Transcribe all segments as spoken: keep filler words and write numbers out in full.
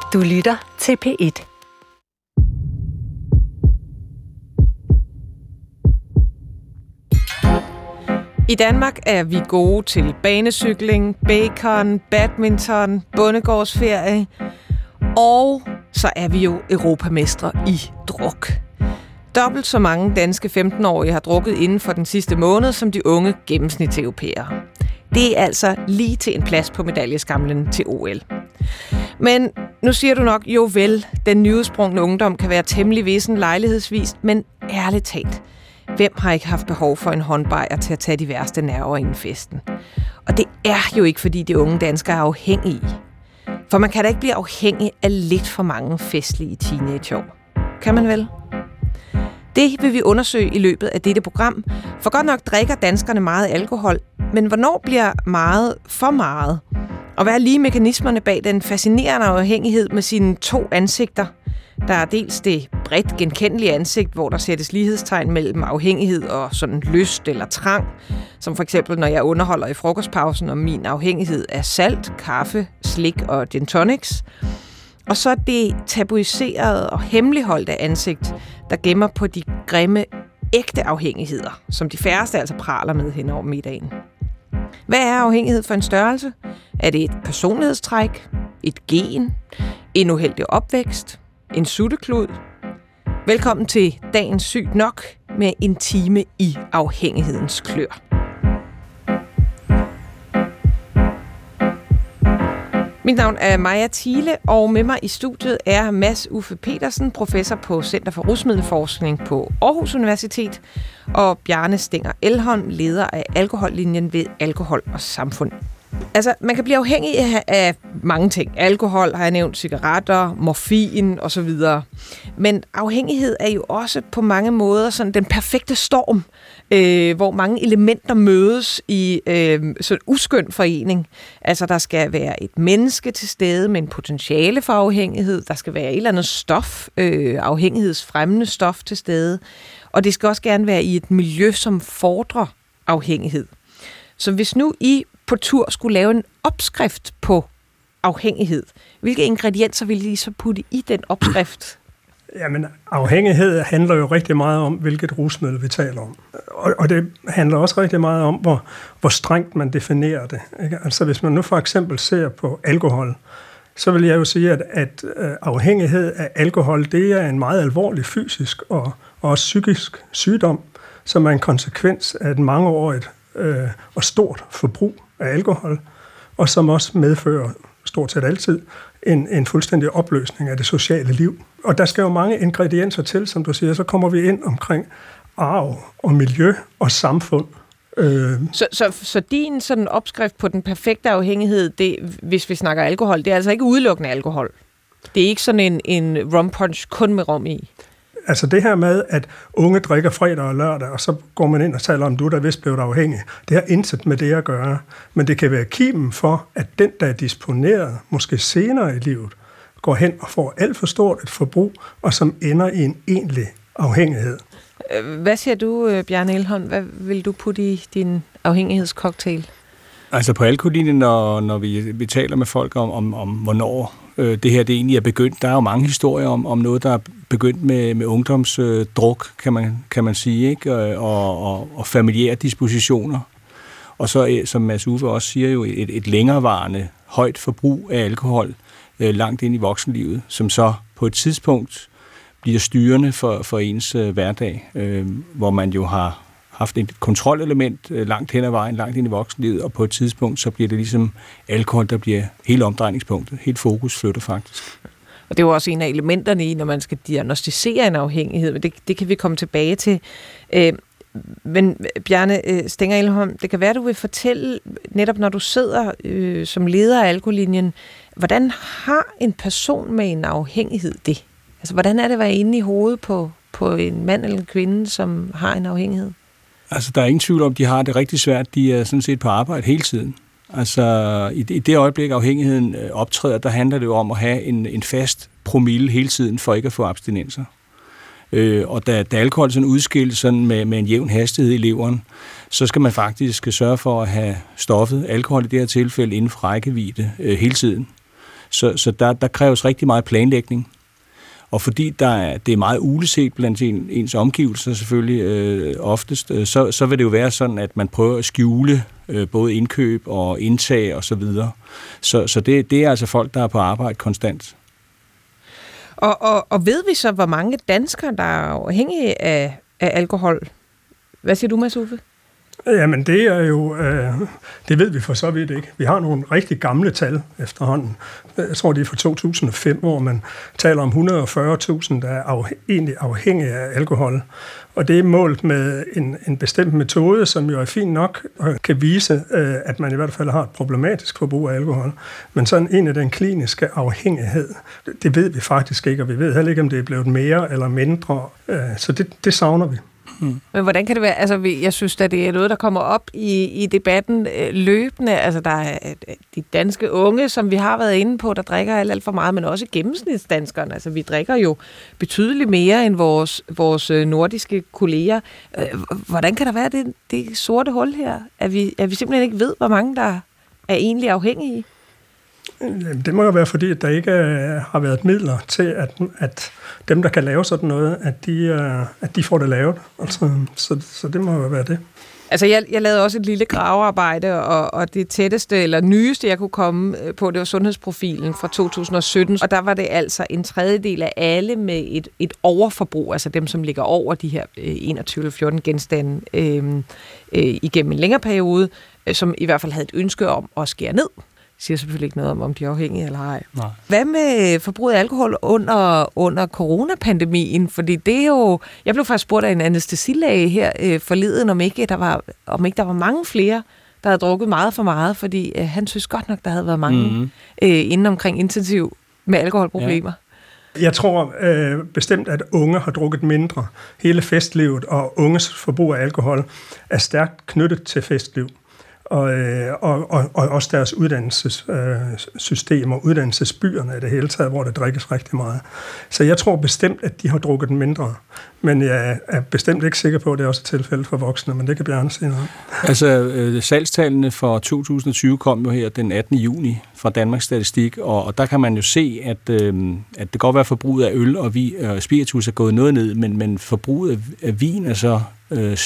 Du lytter til P et. I Danmark er vi gode til banecykling, bacon, badminton, bondegårdsferie, og så er vi jo europamestre i druk. Dobbelt så mange danske femten-årige har drukket inden for den sidste måned som de unge gennemsnitseuropæere. Det er altså lige til en plads på medaljeskamlen til O L. Men nu siger du nok, jo vel, den nyudsprungne ungdom kan være temmelig vissen lejlighedsvist, men ærligt talt, hvem har ikke haft behov for en håndbajer til at tage de værste nerver inden festen? Og det er jo ikke, fordi de unge danskere er afhængige. For man kan da ikke blive afhængig af lidt for mange festlige teenageår. Kan man vel? Det vil vi undersøge i løbet af dette program, for godt nok drikker danskerne meget alkohol, men hvornår bliver meget for meget? Og hvad er lige mekanismerne bag den fascinerende afhængighed med sine to ansigter? Der er dels det bredt genkendelige ansigt, hvor der sættes lighedstegn mellem afhængighed og sådan lyst eller trang, som for eksempel når jeg underholder i frokostpausen om min afhængighed af salt, kaffe, slik og gin tonics. Og så det tabuiserede og hemmeligholdte ansigt, der gemmer på de grimme, ægte afhængigheder, som de færreste altså praler med hen over middagen. Hvad er afhængighed for en størrelse? Er det et personlighedstræk? Et gen? En uheldig opvækst? En sutteklud? Velkommen til dagens Sygt Nok med en time i afhængighedens klør. Mit navn er Maja Thiele, og med mig i studiet er Mads Uffe Petersen, professor på Center for Rusmiddelforskning på Aarhus Universitet, og Bjarne Stenger Elholm, leder af alkohollinjen ved Alkohol og Samfund. Altså, man kan blive afhængig af, af mange ting. Alkohol har jeg nævnt, cigaretter, morfin osv. Men afhængighed er jo også på mange måder sådan den perfekte storm, øh, hvor mange elementer mødes i øh, sådan en uskøn forening. Altså, der skal være et menneske til stede med en potentiale for afhængighed. Der skal være et eller andet stof, øh, afhængighedsfremmende stof til stede. Og det skal også gerne være i et miljø, som fordrer afhængighed. Så hvis nu I på tur skulle lave en opskrift på afhængighed, hvilke ingredienser ville I så putte i den opskrift? Jamen, afhængighed handler jo rigtig meget om, hvilket rusmiddel vi taler om. Og, og det handler også rigtig meget om, hvor, hvor strengt man definerer det. Ikke? Altså, hvis man nu for eksempel ser på alkohol, så vil jeg jo sige, at, at afhængighed af alkohol, det er en meget alvorlig fysisk og, og også psykisk sygdom, som er en konsekvens af et mangeårigt øh, og stort forbrug af alkohol, og som også medfører stort set altid en, en fuldstændig opløsning af det sociale liv. Og der skal jo mange ingredienser til, som du siger, så kommer vi ind omkring arv og miljø og samfund. Øh. Så, så, så din sådan opskrift på den perfekte afhængighed, det, hvis vi snakker alkohol, det er altså ikke udelukkende alkohol? Det er ikke sådan en, en rum punch kun med rom i? Altså det her med, at unge drikker fredag og lørdag, og så går man ind og taler om, du der er vist blevet afhængig. Det har intet med det at gøre. Men det kan være kimen for, at den, der er disponeret, måske senere i livet, går hen og får alt for stort et forbrug, og som ender i en egentlig afhængighed. Hvad siger du, Bjarne Elholm? Hvad vil du putte i din afhængighedscocktail? Altså på alkohollinjen, når, når vi, vi taler med folk om, om, om hvornår øh, det her det egentlig er begyndt. Der er jo mange historier om, om noget, der er begyndt med, med ungdomsdruk, øh, kan, man, kan man sige, ikke? Og, og, og familiære dispositioner. Og så, som Mads Uffe også siger, jo et, et længerevarende højt forbrug af alkohol øh, langt ind i voksenlivet, som så på et tidspunkt bliver styrende for, for ens øh, hverdag, øh, hvor man jo har haft et kontrolelement langt hen ad vejen, langt ind i voksenlivet, og på et tidspunkt, så bliver det ligesom alkohol, der bliver hele omdrejningspunktet. Helt fokus flytter faktisk. Og det er jo også en af elementerne i, når man skal diagnostisere en afhængighed, men det, det kan vi komme tilbage til. Øh, men Bjarne øh, Stenger Elholm, det kan være, du vil fortælle, netop når du sidder øh, som leder af alkohollinjen, hvordan har en person med en afhængighed det? Altså, hvordan er det at være inde i hovedet på, på en mand eller en kvinde, som har en afhængighed? Altså, der er ingen tvivl om, de har det rigtig svært. De er sådan set på arbejde hele tiden. Altså, i det, i det øjeblik, afhængigheden optræder, der handler det jo om at have en, en fast promille hele tiden, for ikke at få abstinenser. Øh, og da, da alkohol sådan udskilles sådan med, med en jævn hastighed i leveren, så skal man faktisk sørge for at have stoffet, alkohol i det her tilfælde, inden for rækkevidde øh, hele tiden. Så, så der, der kræves rigtig meget planlægning. Og fordi der er, det er meget uleset blandt en, ens omgivelser selvfølgelig øh, oftest, øh, så, så vil det jo være sådan, at man prøver at skjule øh, både indkøb og indtag og så videre. Så, så det, det er altså folk, der er på arbejde konstant. Og, og, og ved vi så, hvor mange danskere, der er afhængige af, af alkohol? Hvad siger du, Mads Uffe? Jamen det er jo, øh, det ved vi for så vidt ikke. Vi har nogle rigtig gamle tal efterhånden. Jeg tror, det er fra to tusind og fem, hvor man taler om et hundrede og fyrre tusind, der er af, egentlig afhængige af alkohol. Og det er målt med en, en bestemt metode, som jo er fin nok og kan vise, øh, at man i hvert fald har et problematisk forbrug af alkohol. Men sådan en af den kliniske afhængighed, det, det ved vi faktisk ikke, og vi ved heller ikke, om det er blevet mere eller mindre. Øh, så det, det savner vi. Hmm. Men hvordan kan det være? Altså, jeg synes, at det er noget, der kommer op i, i debatten øh, løbende. Altså, der er øh, de danske unge, som vi har været inde på, der drikker alt, alt for meget, men også gennemsnitsdanskerne. Altså, vi drikker jo betydeligt mere end vores, vores nordiske kolleger. Øh, hvordan kan der være det, det sorte hul her? At vi, at vi simpelthen ikke ved, hvor mange der er egentlig afhængige? Det må jo være, fordi der ikke har været midler til, at, at dem, der kan lave sådan noget, at de, at de får det lavet. Altså, så, så det må jo være det. Altså, jeg, jeg lavede også et lille gravearbejde, og, og det tætteste, eller nyeste, jeg kunne komme på, det var sundhedsprofilen fra to tusind og sytten, og der var det altså en tredjedel af alle med et, et overforbrug, altså dem, som ligger over de her enogtyve eller fjorten genstande øh, øh, igennem en længere periode, øh, som i hvert fald havde et ønske om at skære ned. Siger selvfølgelig ikke noget om, om de er afhængige eller ej. Nej. Hvad med forbruget af alkohol under, under coronapandemien? Fordi det er jo... Jeg blev faktisk spurgt af en anæstesilæge her øh, forleden, om ikke, der var, om ikke der var mange flere, der havde drukket meget for meget, fordi øh, han synes godt nok, der havde været mange mm-hmm. øh, inden omkring intensiv med alkoholproblemer. Ja. Jeg tror øh, bestemt, at unge har drukket mindre. Hele festlivet og unges forbrug af alkohol er stærkt knyttet til festliv. Og, og, og, og også deres uddannelsessystem og uddannelsesbyerne i det hele taget, hvor der drikkes rigtig meget. Så jeg tror bestemt, at de har drukket mindre. Men jeg er bestemt ikke sikker på, at det er også et tilfælde for voksne, men det kan Bjarne sige noget. Altså, øh, salgstallene for to tusind og tyve kom jo her den attende juni fra Danmarks Statistik, og, og der kan man jo se, at, øh, at det godt være, at forbruget af øl og, vi, og spiritus er gået noget ned, men, men forbruget af, af vin er så øh,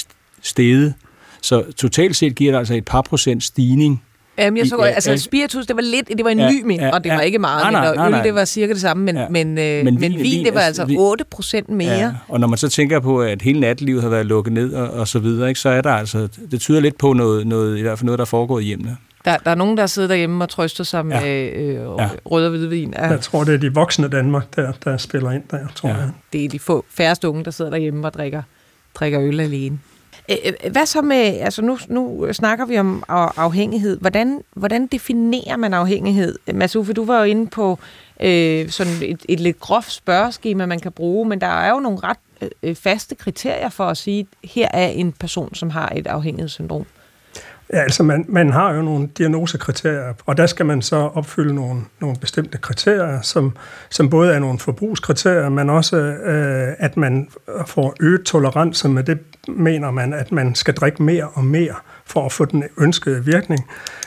steget. Så totalt set giver det altså et par procent stigning. Jamen, jeg så godt, altså spiritus, det var lidt, det var en ja, ny mere, ja, og det var ikke meget, nej, nej, nej, nej. Øl, det var cirka det samme, men, ja. men, øh, men, vin, men vin, det var altså otte procent mere. Ja. Og når man så tænker på, at hele nattelivet har været lukket ned og, og så videre, ikke, så er der altså, det tyder lidt på noget, noget i hvert fald noget, der foregår i hjemmene. Der, der er nogen, der sidder derhjemme og trøster sig med ja. øh, ja. rød og hvidvin. Ja. Jeg tror, det er de voksne Danmark, der, der spiller ind der, tror ja. jeg. Det er de få færreste unge, der sidder derhjemme og drikker, drikker øl alene. Hvad så med, altså nu, nu snakker vi om afhængighed. Hvordan, hvordan definerer man afhængighed? Mads Uffe, du var jo inde på øh, sådan et, et lidt groft spørgeskema, man kan bruge, men der er jo nogle ret øh, faste kriterier for at sige, at her er en person, som har et afhængighedssyndrom. Ja, altså man, man har jo nogle diagnosekriterier, og der skal man så opfylde nogle, nogle bestemte kriterier, som, som både er nogle forbrugskriterier, men også øh, at man får øget tolerance med det, mener man, at man skal drikke mere og mere for at få den ønskede virkning.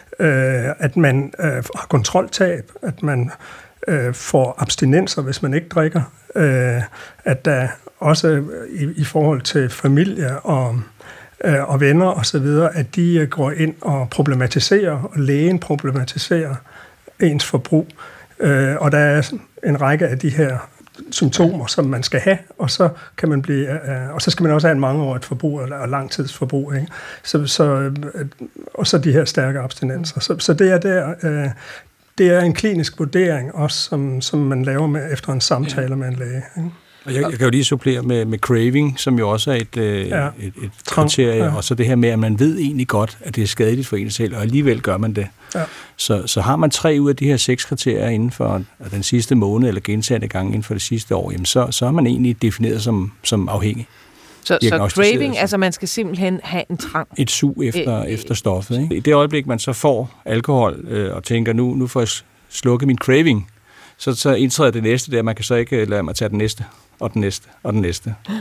Øh, at man øh, har kontroltab, at man øh, får abstinenser, hvis man ikke drikker. Øh, at der også i, i forhold til familie og og venner og så videre, at de går ind og problematiserer, og lægen problematiserer ens forbrug. Og der er en række af de her symptomer, som man skal have, og så kan man blive, og så skal man også have en mangeårigt forbrug og langtidsforbrug, ikke? Så, så, og så de her stærke abstinenser. Så, så det er der, det er en klinisk vurdering også, som, som man laver med efter en samtale med en læge, ikke? Og jeg, jeg kan jo lige supplere med, med craving, som jo også er et, øh, ja. et, et kriterie, ja. Og så det her med, at man ved egentlig godt, at det er skadeligt for en selv, og alligevel gør man det. Ja. Så, så har man tre ud af de her seks kriterier inden for den sidste måned, eller gentagne gange inden for det sidste år, jamen så, så er man egentlig defineret som, som afhængig. Så, så craving, altså man skal simpelthen have en trang? Et sug efter, øh, efter stoffet. Ikke? I det øjeblik, man så får alkohol, øh, og tænker, nu, nu får jeg slukket min craving, så, så indtræder det næste der, man kan så ikke lade mig tage den næste, og den næste, og den næste.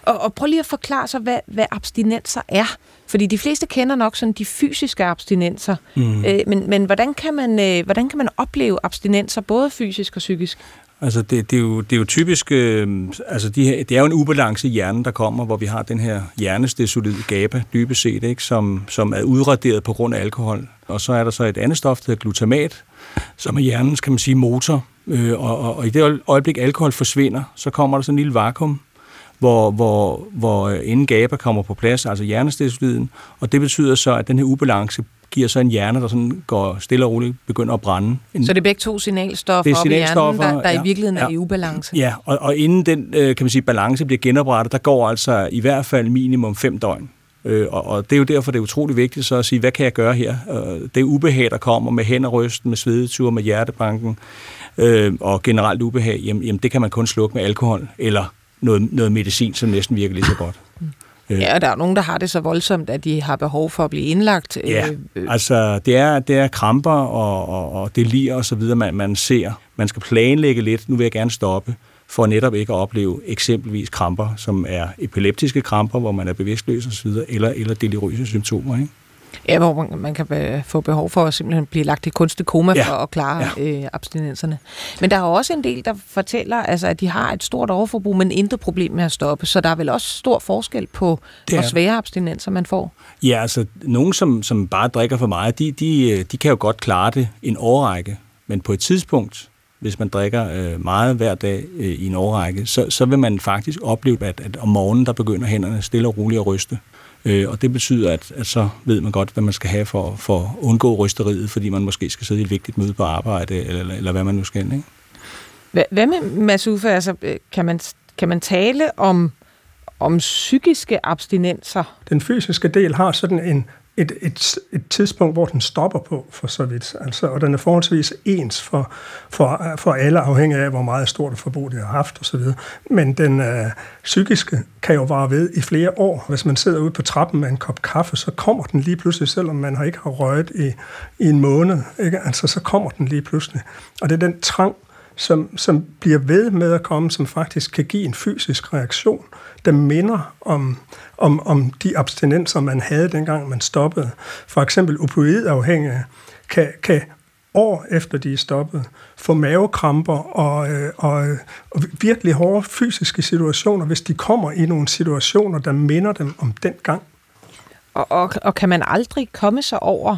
Og, og prøv lige at forklare så, hvad, hvad abstinenser er. Fordi de fleste kender nok sådan de fysiske abstinenser. Mm. Øh, men men hvordan, kan man, øh, hvordan kan man opleve abstinenser, både fysisk og psykisk? Altså det, det, er, jo, det er jo typisk, øh, altså de her, det er jo en ubalance i hjernen, der kommer, hvor vi har den her hjernestesolid GABA, dybest set, ikke, som, som er udraderet på grund af alkohol. Og så er der så et andet stof, der hedder glutamat, som er hjernens, kan man sige, motor. Øh, og, og, og i det øjeblik, alkohol forsvinder, så kommer der sådan en lille vakuum, hvor, hvor, hvor inden GABA kommer på plads, altså hjernestesoliden, og det betyder så, at den her ubalance giver så en hjerne, der sådan går stille og roligt, begynder at brænde. En, så det er begge to signalstoffer op i hjernen, der, der ja, i virkeligheden ja, er i ubalance? Ja, og, og inden den kan man sige, balance bliver genoprettet, der går altså i hvert fald minimum fem døgn. Øh, og, og det er jo derfor, det er utrolig vigtigt så at sige, hvad kan jeg gøre her? Øh, det ubehag, der kommer med hænderrysten, med svedetur, med hjertebanken, øh, og generelt ubehag, jamen, jamen det kan man kun slukke med alkohol, eller noget, noget medicin, som næsten virker lige så godt. Ja, der er nogen, der har det så voldsomt, at de har behov for at blive indlagt. Ja, øh, altså det er, det er kramper og, og, og delir og så videre, man, man ser. Man skal planlægge lidt, nu vil jeg gerne stoppe, for netop ikke at opleve eksempelvis kramper, som er epileptiske kramper, hvor man er bevidstløs og så videre, eller, eller deliriøse symptomer, ikke? Ja, hvor man, man kan få behov for at simpelthen blive lagt i kunstig koma ja. for at klare ja. øh, abstinenserne. Men der er jo også en del, der fortæller, altså, at de har et stort overforbrug, men intet problem med at stoppe. Så der er vel også stor forskel på, hvor svære abstinenser man får? Ja, altså nogen, som, som bare drikker for meget, de, de, de kan jo godt klare det en årrække. Men på et tidspunkt, hvis man drikker øh, meget hver dag øh, i en årrække, så, så vil man faktisk opleve, at, at om morgenen, der begynder hænderne stille og roligt at ryste. Øh, og det betyder, at, at så ved man godt, hvad man skal have for, for at undgå rysteriet, fordi man måske skal sidde i et vigtigt møde på arbejde, eller, eller, eller hvad man nu skal. Ikke? Hvad, hvad med Mads Uffe? Altså, kan, man, kan man tale om, om psykiske abstinenser? Den fysiske del har sådan en Et, et, et tidspunkt, hvor den stopper på, for så vidt. Altså, og den er forholdsvis ens for, for, for alle, afhængig af, hvor meget stort forbrug de har haft osv. Men den øh, psykiske kan jo vare ved i flere år. Hvis man sidder ude på trappen med en kop kaffe, så kommer den lige pludselig, selvom man har ikke har røget i, i en måned. Ikke? Altså, så kommer den lige pludselig. Og det er den trang, som, som bliver ved med at komme, som faktisk kan give en fysisk reaktion, der minder om, om, om de abstinenser, man havde dengang, man stoppede. For eksempel opioidafhængige kan, kan år efter de er stoppet få mavekramper og, og, og virkelig hårde fysiske situationer, hvis de kommer i nogle situationer, der minder dem om den gang. Og, og, og kan man aldrig komme sig over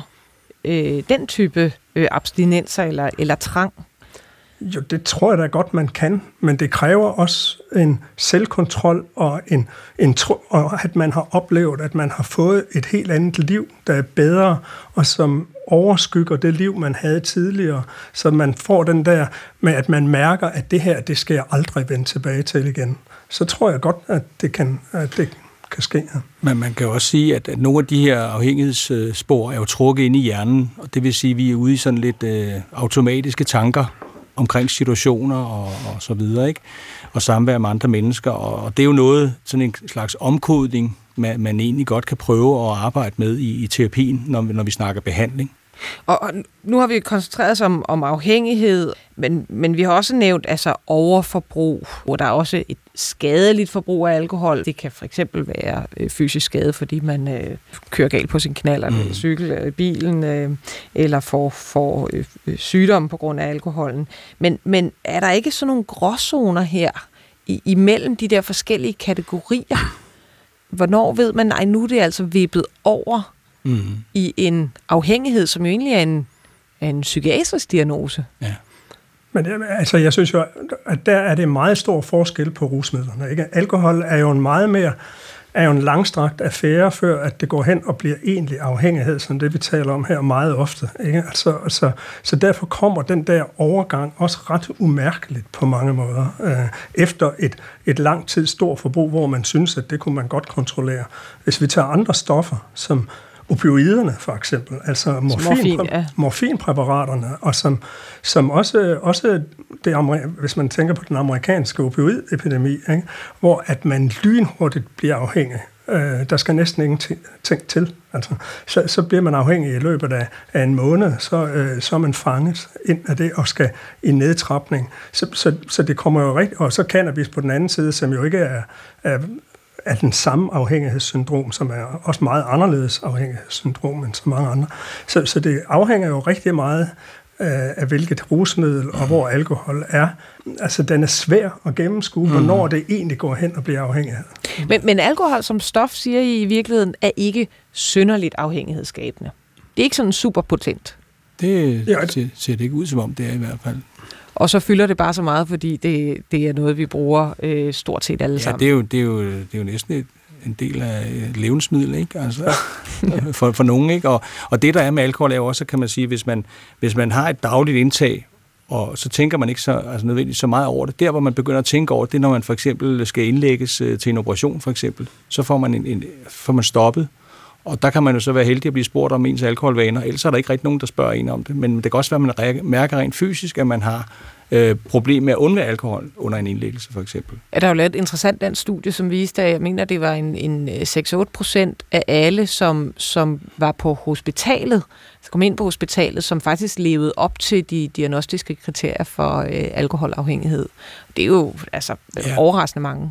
øh, den type øh, abstinenser eller, eller trang? Jo, det tror jeg da godt, man kan, men det kræver også en selvkontrol og, en, en tro, og at man har oplevet, at man har fået et helt andet liv, der er bedre, og som overskygger det liv, man havde tidligere, så man får den der med, at man mærker, at det her, det skal jeg aldrig vende tilbage til igen. Så tror jeg godt, at det kan, at det kan ske. Ja. Men man kan også sige, at, at nogle af de her afhængighedsspor er jo trukket ind i hjernen, og det vil sige, at vi er ude i sådan lidt øh, automatiske tanker, omkring situationer og, og så videre, ikke? Og samvær med andre mennesker, og, og det er jo noget, sådan en slags omkodning, man, man egentlig godt kan prøve at arbejde med i, i terapien, når, når vi snakker behandling. Og, og nu har vi koncentreret os om, om afhængighed, men, men vi har også nævnt altså overforbrug, hvor der er også et skadeligt forbrug af alkohol. Det kan for eksempel være øh, fysisk skade, fordi man øh, kører galt på sin knallert, mm. eller cykel eller bilen, øh, eller får, får øh, sygdom på grund af alkoholen. Men, men er der ikke sådan nogle gråzoner her i, imellem de der forskellige kategorier? Hvornår ved man, nej, nu er det altså vippet over mm. i en afhængighed, som jo egentlig er en, er en psykiatrisk diagnose? Ja. Men altså, jeg synes jo, at der er det meget stor forskel på rusmidlerne. Ikke? Alkohol er jo en meget mere, er jo en langstrakt affære, før at det går hen og bliver egentlig afhængighed, som det vi taler om her meget ofte. Ikke? Altså, altså, så derfor kommer den der overgang også ret umærkeligt på mange måder. Øh, efter et, et lang tid stort forbrug, hvor man synes, at det kunne man godt kontrollere. Hvis vi tager andre stoffer, som opioiderne for eksempel, altså morfin, morfin, ja. morfinpræparaterne, og som, som også, også det, hvis man tænker på den amerikanske opioidepidemi, ikke, hvor at man lynhurtigt bliver afhængig. Øh, der skal næsten ingenting til. Altså, så, så bliver man afhængig i løbet af, af en måned, så, øh, så er man fanget ind af det og skal i nedtrapning. Så, så, så det kommer jo rigtigt, og så cannabis på den anden side, som jo ikke er, er af den samme afhængighedssyndrom, som er også meget anderledes afhængighedssyndrom end så mange andre. Så, så det afhænger jo rigtig meget af, af hvilket rusmiddel og hvor alkohol er. Altså, den er svær at gennemskue, mm. hvornår det egentlig går hen og bliver afhængighed. Men, men alkohol som stof, siger I i virkeligheden, er ikke synderligt afhængighedsskabende. Det er ikke sådan super potent. Det ja, ser, ser det ikke ud som om, det er i hvert fald. Og så fylder det bare så meget, fordi det, det er noget, vi bruger øh, stort set alle ja, sammen. Det er jo, det er jo, det er jo næsten et, en del af levnedsmiddel, ikke? Altså, ja. for, for nogen, ikke? Og, og det, der er med alkohol, er jo også, kan man sige, hvis man, hvis man har et dagligt indtag, og så tænker man ikke så, altså nødvendigvis så meget over det. Der, hvor man begynder at tænke over det, når man for eksempel skal indlægges til en operation, for eksempel, så får man, en, en, får man stoppet. Og der kan man jo så være heldig at blive spurgt om ens alkoholvaner, ellers er der ikke rigtig nogen, der spørger en om det. Men det kan også være, at man mærker rent fysisk, at man har øh, problem med at undvære alkohol under en indlæggelse, for eksempel. Er der jo lavet et interessant dansk studie, som viste, at jeg mener, det var en, en seks til otte procent af alle, som, som var på hospitalet, som kom ind på hospitalet, som faktisk levede op til de diagnostiske kriterier for øh, alkoholafhængighed. Det er jo altså ja. overraskende mange.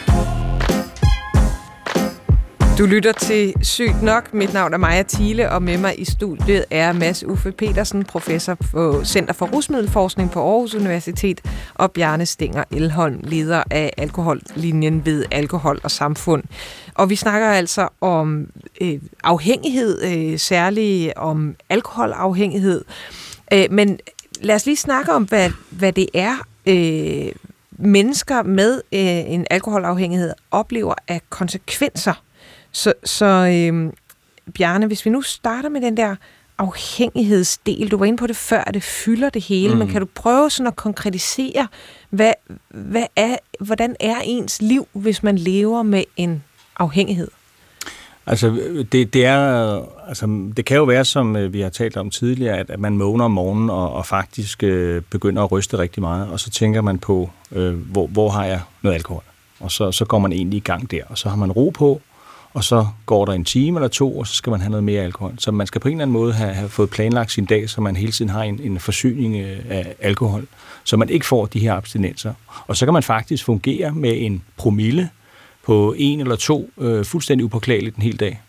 Du lytter til Sygt Nok. Mit navn er Maja Thiele, og med mig i studiet er Mads Uffe Petersen, professor på Center for Rusmiddelforskning på Aarhus Universitet, og Bjarne Stenger Elholm, leder af alkohollinjen ved Alkohol og Samfund. Og vi snakker altså om øh, afhængighed, øh, særligt om alkoholafhængighed. Øh, men lad os lige snakke om, hvad, hvad det er, øh, mennesker med øh, en alkoholafhængighed oplever af konsekvenser. Så, så øh, Bjarne, hvis vi nu starter med den der afhængighedsdel, du var inde på det før, at det fylder det hele, mm. men kan du prøve sådan at konkretisere, hvad, hvad er, hvordan er ens liv, hvis man lever med en afhængighed? Altså, det, det, er, altså, det kan jo være, som vi har talt om tidligere, at, at man vågner om morgenen og, og faktisk øh, begynder at ryste rigtig meget, og så tænker man på, øh, hvor, hvor har jeg noget alkohol? Og så, så går man egentlig i gang der, og så har man ro på, og så går der en time eller to, og så skal man have noget mere alkohol. Så man skal på en eller anden måde have, have fået planlagt sin dag, så man hele tiden har en, en forsyning af alkohol, så man ikke får de her abstinenser. Og så kan man faktisk fungere med en promille på en eller to, øh, fuldstændig upåklageligt en hel dag.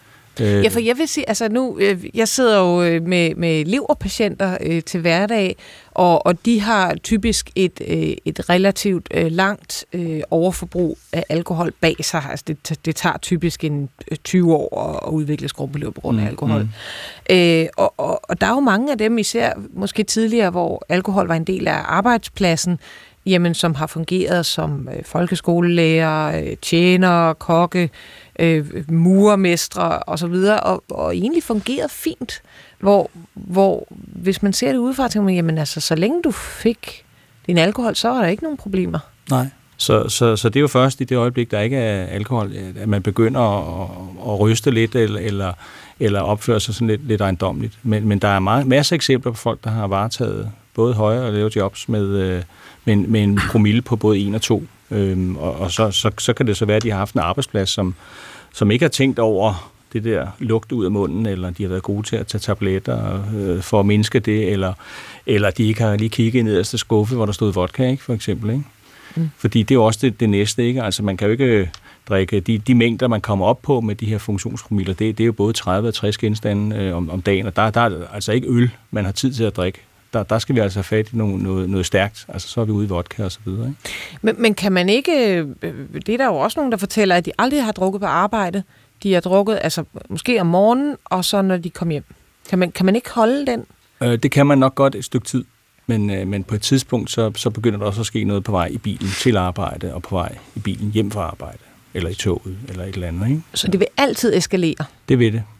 Ja, for jeg vil sige, altså nu, jeg sidder jo med, med leverpatienter øh, til hverdag, og, og de har typisk et, øh, et relativt øh, langt øh, overforbrug af alkohol bag sig. Altså det, det tager typisk en tyve år at udvikle skrumpelever på grund af alkohol. Mm. Øh, og, og, og der er jo mange af dem, især måske tidligere, hvor alkohol var en del af arbejdspladsen, jamen, som har fungeret som øh, folkeskolelærer, øh, tjenere, kokke, øh, murermestre og så videre, og, og egentlig fungeret fint, hvor, hvor hvis man ser det udefra, tænker man, jamen altså, så længe du fik din alkohol, så er der ikke nogen problemer. Nej, så, så, så det er jo først i det øjeblik, der ikke er alkohol, at man begynder at, at ryste lidt, eller, eller, eller opføre sig sådan lidt, lidt ejendommeligt. Men, men der er meget, masser af eksempler på folk, der har varetaget både højere og lave jobs med, øh, med, en, med en promille på både en og to. Øhm, og og så, så, så kan det så være, at de har haft en arbejdsplads, som, som ikke har tænkt over det der lugt ud af munden, eller de har været gode til at tage tabletter øh, for at mindske det, eller, eller de ikke har lige kigget i nederste skuffe, hvor der stod vodka, ikke, for eksempel. Ikke? Mm. Fordi det er jo også det, det næste, ikke? Altså man kan jo ikke drikke de, de mængder, man kommer op på med de her funktionspromiller, det, det er jo både tredive og tres genstande øh, om, om dagen, og der, der er altså ikke øl, man har tid til at drikke. Der, der skal vi altså have fat i noget, noget, noget stærkt. Altså, så er vi ude i vodka og så videre. Ikke? Men, men kan man ikke... Det er der jo også nogen, der fortæller, at de aldrig har drukket på arbejde. De har drukket, altså måske om morgenen, og så når de kommer hjem. Kan man, kan man ikke holde den? Øh, det kan man nok godt et stykke tid. Men, øh, men på et tidspunkt, så, så begynder der også at ske noget på vej i bilen til arbejde, og på vej i bilen hjem fra arbejde. Eller i toget, eller et eller andet. Ikke? Så det vil altid eskalere? Det vil det.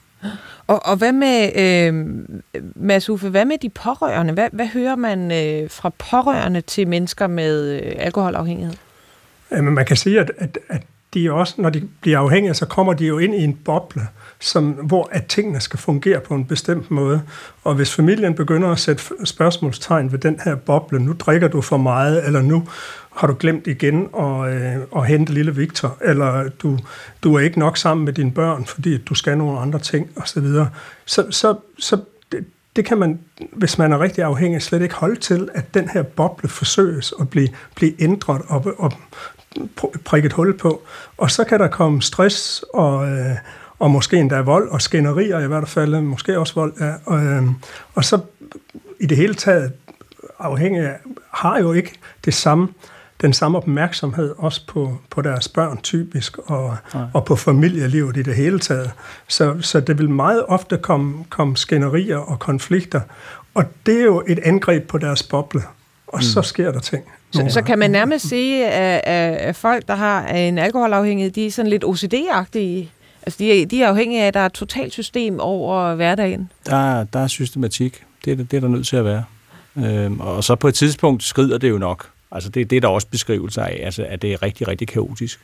Og, og hvad med, øh, Mads Uffe, hvad med de pårørende? Hvad, hvad hører man øh, fra pårørende til mennesker med øh, alkoholafhængighed? Jamen, man kan sige, at, at, at de også, når de bliver afhængige, så kommer de jo ind i en boble, som, hvor at tingene skal fungere på en bestemt måde. Og hvis familien begynder at sætte spørgsmålstegn ved den her boble, nu drikker du for meget, eller nu har du glemt igen at, øh, at hente lille Victor, eller du, du er ikke nok sammen med dine børn, fordi du skal nogle andre ting, osv., så, så, så det, det kan man, hvis man er rigtig afhængig, slet ikke holde til, at den her boble forsøges at blive, blive ændret, og, og prikket hul på. Og så kan der komme stress og, øh, og måske endda vold og skænderier i hvert fald, måske også vold. Ja, og, øh, og så i det hele taget, afhængig af, har jo ikke det samme, den samme opmærksomhed også på, på deres børn typisk, og, og på familielivet i det hele taget. Så, så det vil meget ofte komme, komme skænderier og konflikter, og det er jo et angreb på deres boble, og mm. så sker der ting. Så, så kan man nærmest sige, at, at folk, der har en alkoholafhængighed, de er sådan lidt O C D-agtige. Altså, de er, de er afhængige af, at der er et totalt system over hverdagen. Der, der er systematik. Det er, det er der nødt til at være. Øhm, og så på et tidspunkt skrider det jo nok. Altså, det, det er der også beskrivelser af, altså, at det er rigtig, rigtig kaotisk.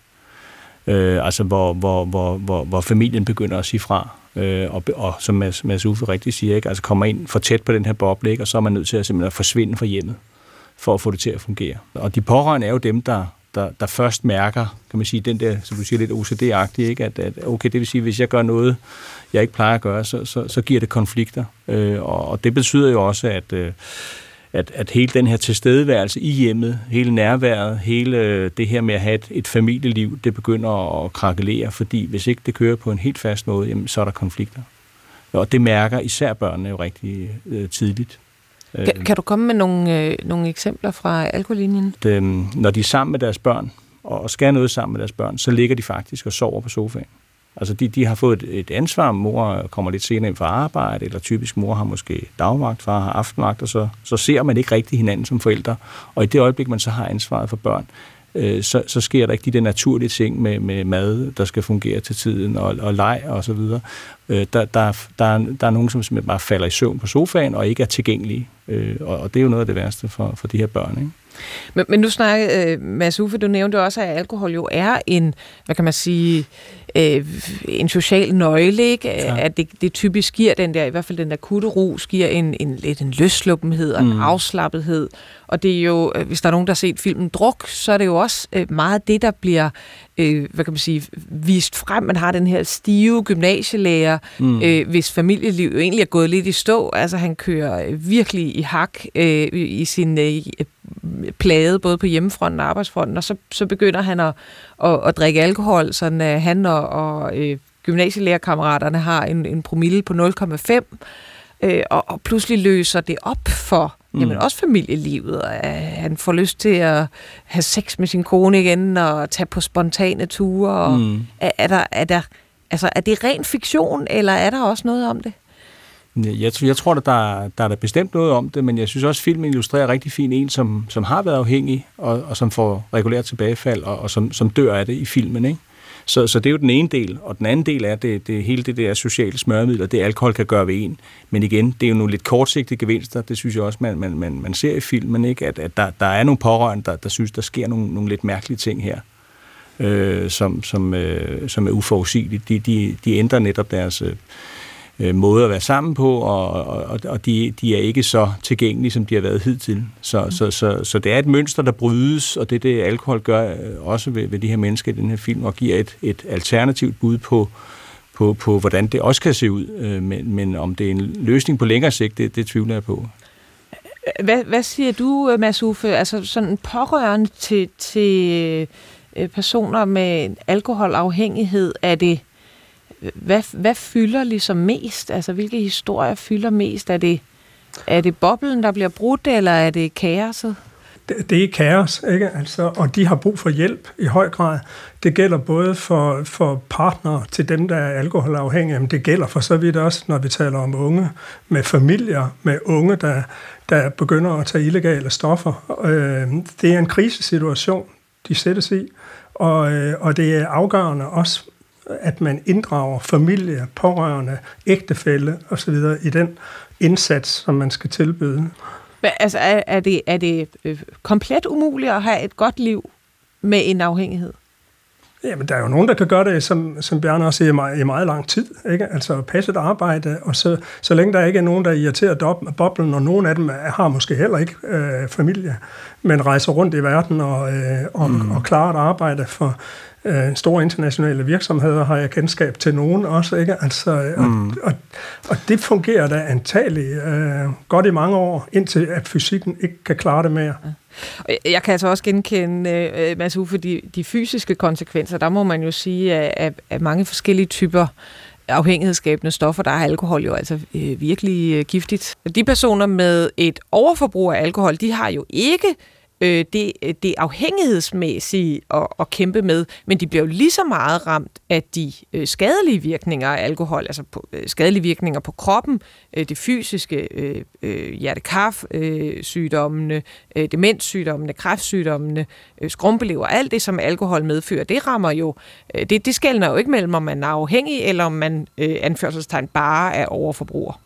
Øh, altså, hvor, hvor, hvor, hvor, hvor familien begynder at sige fra. Øh, og, og som Mads, Mads Uffe rigtig siger, ikke? Altså kommer ind for tæt på den her boble, ikke? Og så er man nødt til at simpelthen at forsvinde fra hjemmet, for at få det til at fungere. Og de pårørende er jo dem, der, der, der først mærker, kan man sige, den der, som du siger, lidt O C D-agtige, ikke? At, at okay, det vil sige, hvis jeg gør noget, jeg ikke plejer at gøre, så, så, så giver det konflikter. Øh, og, og det betyder jo også, at, øh, at, at hele den her tilstedeværelse i hjemmet, hele nærværet, hele det her med at have et, et familieliv, det begynder at krakelere, fordi hvis ikke det kører på en helt fast måde, jamen, så er der konflikter. Og det mærker især børnene jo rigtig øh, tidligt. Kan, kan du komme med nogle, øh, nogle eksempler fra alkohollinjen? Det, når de er sammen med deres børn, og skal noget sammen med deres børn, så ligger de faktisk og sover på sofaen. Altså de, de har fået et, et ansvar, mor kommer lidt senere ind fra arbejde, eller typisk mor har måske dagvagt, far har aftenvagt, og så, så ser man ikke rigtig hinanden som forældre. Og i det øjeblik, man så har ansvaret for børn, øh, så, så sker der ikke de der naturlige ting med, med mad, der skal fungere til tiden, og, og leg og så videre. Øh, der, der, der, er, der er nogen, som simpelthen bare falder i søvn på sofaen, og ikke er tilgængelige. Øh, og, og det er jo noget af det værste for, for de her børn, ikke? Men, men nu snakker uh, Mads Uffe, du nævnte også, at alkohol jo er en, hvad kan man sige, øh, en social nøgle, ikke? Ja. At det, det typisk giver den der, i hvert fald den akutte rus, giver en, en lidt en løssluppenhed og mm. en afslappethed. Og det er jo, hvis der er nogen, der har set filmen Druk, så er det jo også øh, meget det, der bliver, øh, hvad kan man sige, vist frem. Man har den her stive gymnasielærer, mm. øh, hvis familieliv jo egentlig er gået lidt i stå. Altså han kører virkelig i hak øh, i sin øh, plade, både på hjemmefronten og arbejdsfronten, og så, så begynder han at, at, at drikke alkohol, sådan at han og, og øh, gymnasielærerkammeraterne har en, en promille på nul komma fem, øh, og, og pludselig løser det op for mm. jamen, også familielivet, og øh, han får lyst til at have sex med sin kone igen, og tage på spontane ture. Og mm. er, er, der, er, der, altså, er det ren fiktion, eller er der også noget om det? Jeg, jeg tror, at der, der er der bestemt noget om det, men jeg synes også, at filmen illustrerer rigtig fint en, som, som har været afhængig, og, og som får regulært tilbagefald, og, og som, som dør af det i filmen, ikke? Så, så det er jo den ene del, og den anden del er det, det hele det der sociale smøremidler, det alkohol kan gøre ved en. Men igen, det er jo nogle lidt kortsigtede gevinster, det synes jeg også, man, man, man, man ser i filmen, ikke? At, at der, der er nogle pårørende, der, der synes, der sker nogle, nogle lidt mærkelige ting her, øh, som, som, øh, som er uforudsigelige. De, de, de ændrer netop deres øh, måde at være sammen på, og, og, og de, de er ikke så tilgængelige, som de har været hidtil. Så, mm. så, så, så det er et mønster, der brydes, og det det alkohol gør også ved, ved de her mennesker i den her film, og giver et, et alternativt bud på, på, på, hvordan det også kan se ud. Men, men om det er en løsning på længere sigt, det, det tvivler jeg på. Hvad, hvad siger du, Mads Uffe? Altså sådan pårørende til, til personer med alkoholafhængighed, er det Hvad, hvad fylder ligesom mest? Altså, hvilke historier fylder mest? Er det, er det boblen, der bliver brudt, eller er det kaoset? Det, det er kaos, ikke? Altså, og de har brug for hjælp i høj grad. Det gælder både for, for partnere til dem, der er alkoholafhængige, men det gælder for så vidt også, når vi taler om unge, med familier, med unge, der, der begynder at tage illegale stoffer. Det er en krisesituation, de sættes i, og, og det er afgørende også, at man inddrager familie, pårørende, ægtefælle osv. i den indsats, som man skal tilbyde. Men, altså, er, er det, er det komplet umuligt at have et godt liv med en afhængighed? Jamen, der er jo nogen, der kan gøre det, som, som Bjarne også siger, i meget lang tid. Ikke? Altså passe et arbejde, og så, så længe der ikke er nogen, der irriterer boblen, og nogen af dem har måske heller ikke øh, familie, men rejser rundt i verden og, øh, og, mm. og klarer et arbejde for øh, store internationale virksomheder, har jeg kendskab til nogen også, ikke? Altså, mm. og, og, og det fungerer da antageligt øh, godt i mange år, indtil at fysikken ikke kan klare det mere. Jeg kan altså også genkende, øh, Mads Uffe, de, de fysiske konsekvenser. Der må man jo sige, at, at mange forskellige typer afhængighedsskabende stoffer, der er alkohol jo altså øh, virkelig øh, giftigt. De personer med et overforbrug af alkohol, de har jo ikke øh, det, det afhængighedsmæssige at, at kæmpe med, men de bliver jo lige så meget ramt af de øh, skadelige virkninger af alkohol, altså på, øh, skadelige virkninger på kroppen, øh, det fysiske, øh, øh, hjertekar-sygdommene, øh, demenssygdommene, kræftsygdommene, øh, skrumpelever, alt det, som alkohol medfører, det rammer jo, øh, det, det skelner jo ikke mellem, om man er afhængig, eller om man øh, anførselstegn bare er overforbruger.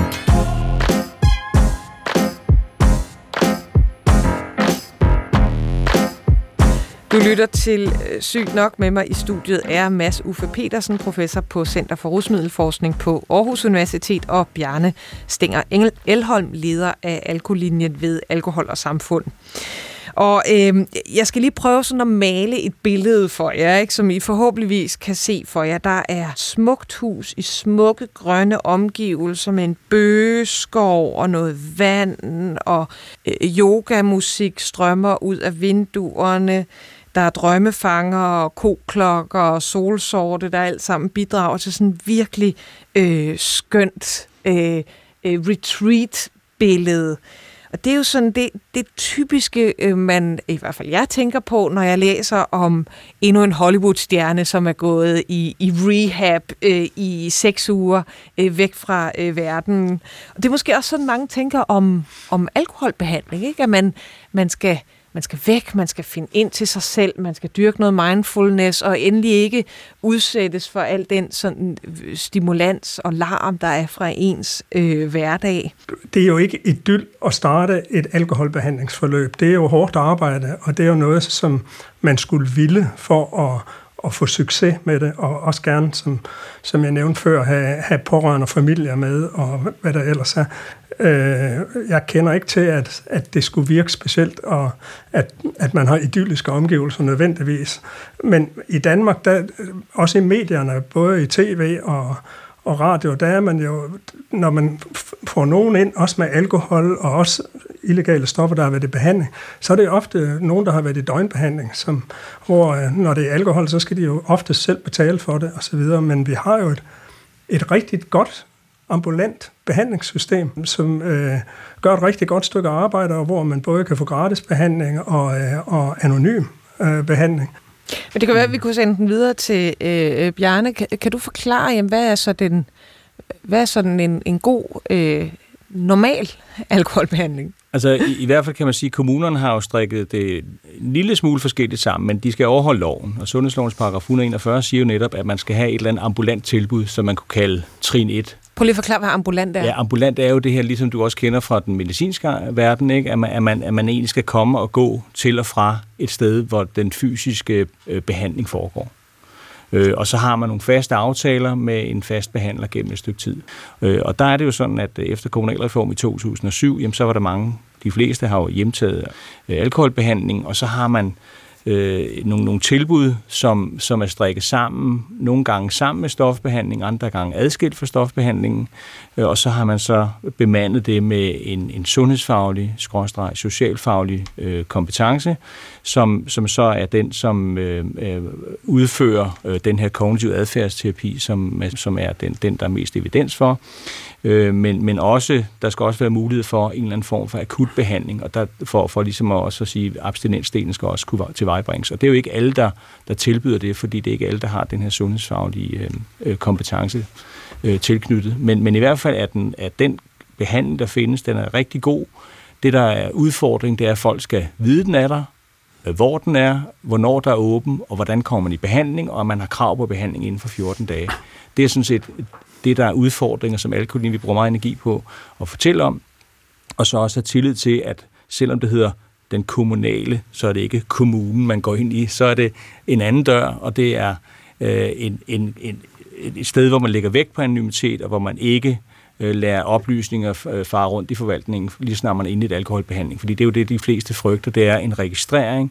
Du lytter til Sygt nok. Med mig i studiet er Mads Uffe Petersen, professor på Center for Rusmiddelforskning på Aarhus Universitet, og Bjarne Stenger Elholm, leder af Alkolinjen ved Alkohol og Samfund. Og øh, jeg skal lige prøve sådan at male et billede for jer, ikke, som I forhåbentligvis kan se for jer. Der er smukt hus i smukke grønne omgivelser med en bøgeskov og noget vand, og øh, yogamusik strømmer ud af vinduerne. Der er drømmefanger, koklokker og solsorte, der alt sammen bidrager til sådan virkelig øh, skønt øh, øh, retreat-billede. Og det er jo sådan det, det typiske, øh, man, i hvert fald jeg tænker på, når jeg læser om endnu en Hollywood-stjerne, som er gået i, i rehab øh, i seks uger øh, væk fra øh, verden. Og det er måske også sådan, mange tænker om, om alkoholbehandling, ikke? At man, man skal... Man skal væk, man skal finde ind til sig selv, man skal dyrke noget mindfulness, og endelig ikke udsættes for al den sådan stimulans og larm, der er fra ens øh, hverdag. Det er jo ikke idyll at starte et alkoholbehandlingsforløb. Det er jo hårdt arbejde, og det er jo noget, som man skulle ville for at, at få succes med det, og også gerne, som, som jeg nævnte før, have, have pårørende og familier med, og hvad der ellers er. Jeg kender ikke til, at, at det skulle virke specielt, og at, at man har idylliske omgivelser nødvendigvis. Men i Danmark, der, også i medierne, både i tv og, og radio, der er man jo, når man får nogen ind, også med alkohol og også illegale stoffer, der har været i behandling, så er det jo ofte nogen, der har været i døgnbehandling, som, hvor når det er alkohol, så skal de jo ofte selv betale for det osv. Men vi har jo et, et rigtig godt ambulant behandlingssystem, som øh, gør et rigtig godt stykke arbejde, og hvor man både kan få gratis behandling og, øh, og anonym øh, behandling. Men det kan være, at vi kunne sende den videre til øh, Bjarne. Kan, kan du forklare, jamen, hvad er så den, hvad er sådan en, en god, øh, normal alkoholbehandling? Altså i, i hvert fald kan man sige, at kommunerne har jo strikket det en lille smule forskelligt sammen, men de skal overholde loven. Og Sundhedslovens paragraf et hundrede og enogfyrre siger jo netop, at man skal have et eller andet ambulant tilbud, som man kunne kalde trin et. Prøv lige at forklare, hvad ambulant er. Ja, ambulant er jo det her, ligesom du også kender fra den medicinske verden, ikke? At, man, at, man, at man egentlig skal komme og gå til og fra et sted, hvor den fysiske øh, behandling foregår. Øh, og så har man nogle faste aftaler med en fast behandler gennem et stykke tid. Øh, og der er det jo sådan, at efter kommunalreform i to tusind og syv, jamen, så var der mange, de fleste har jo hjemtaget øh, alkoholbehandling, og så har man øh, nogle, nogle tilbud, som, som er strikket sammen, nogle gange sammen med stofbehandling, andre gange adskilt fra stofbehandlingen, øh, og så har man så bemandet det med en, en sundhedsfaglig, skråstreg, socialfaglig øh, kompetence, som, som så er den, som øh, øh, udfører øh, den her kognitive adfærdsterapi, som, som er den, den, der er mest evidens for. Øh, men, men også, der skal også være mulighed for en eller anden form for akut behandling, og der, for, for ligesom at også at sige, at abstinensdelen skal også kunne tilvejebringes. Og det er jo ikke alle, der, der tilbyder det, fordi det er ikke alle, der har den her sundhedsfaglige øh, kompetence øh, tilknyttet. Men, men i hvert fald er den, at den behandling, der findes, den er rigtig god. Det, der er udfordring, det er, at folk skal vide, den er der, hvor den er, hvornår der er åben, og hvordan kommer man i behandling, og man har krav på behandling inden for fjorten dage. Det er sådan set det, der er udfordringer, som Alkolinjen vi bruger meget energi på at fortælle om, og så også have tillid til, at selvom det hedder den kommunale, så er det ikke kommunen, man går ind i, så er det en anden dør, og det er øh, en, en, en, et sted, hvor man lægger vægt på anonymitet, og hvor man ikke øh, lader oplysninger øh, fare rundt i forvaltningen, lige snart man er inde i et alkoholbehandling. Fordi det er jo det, de fleste frygter, det er en registrering,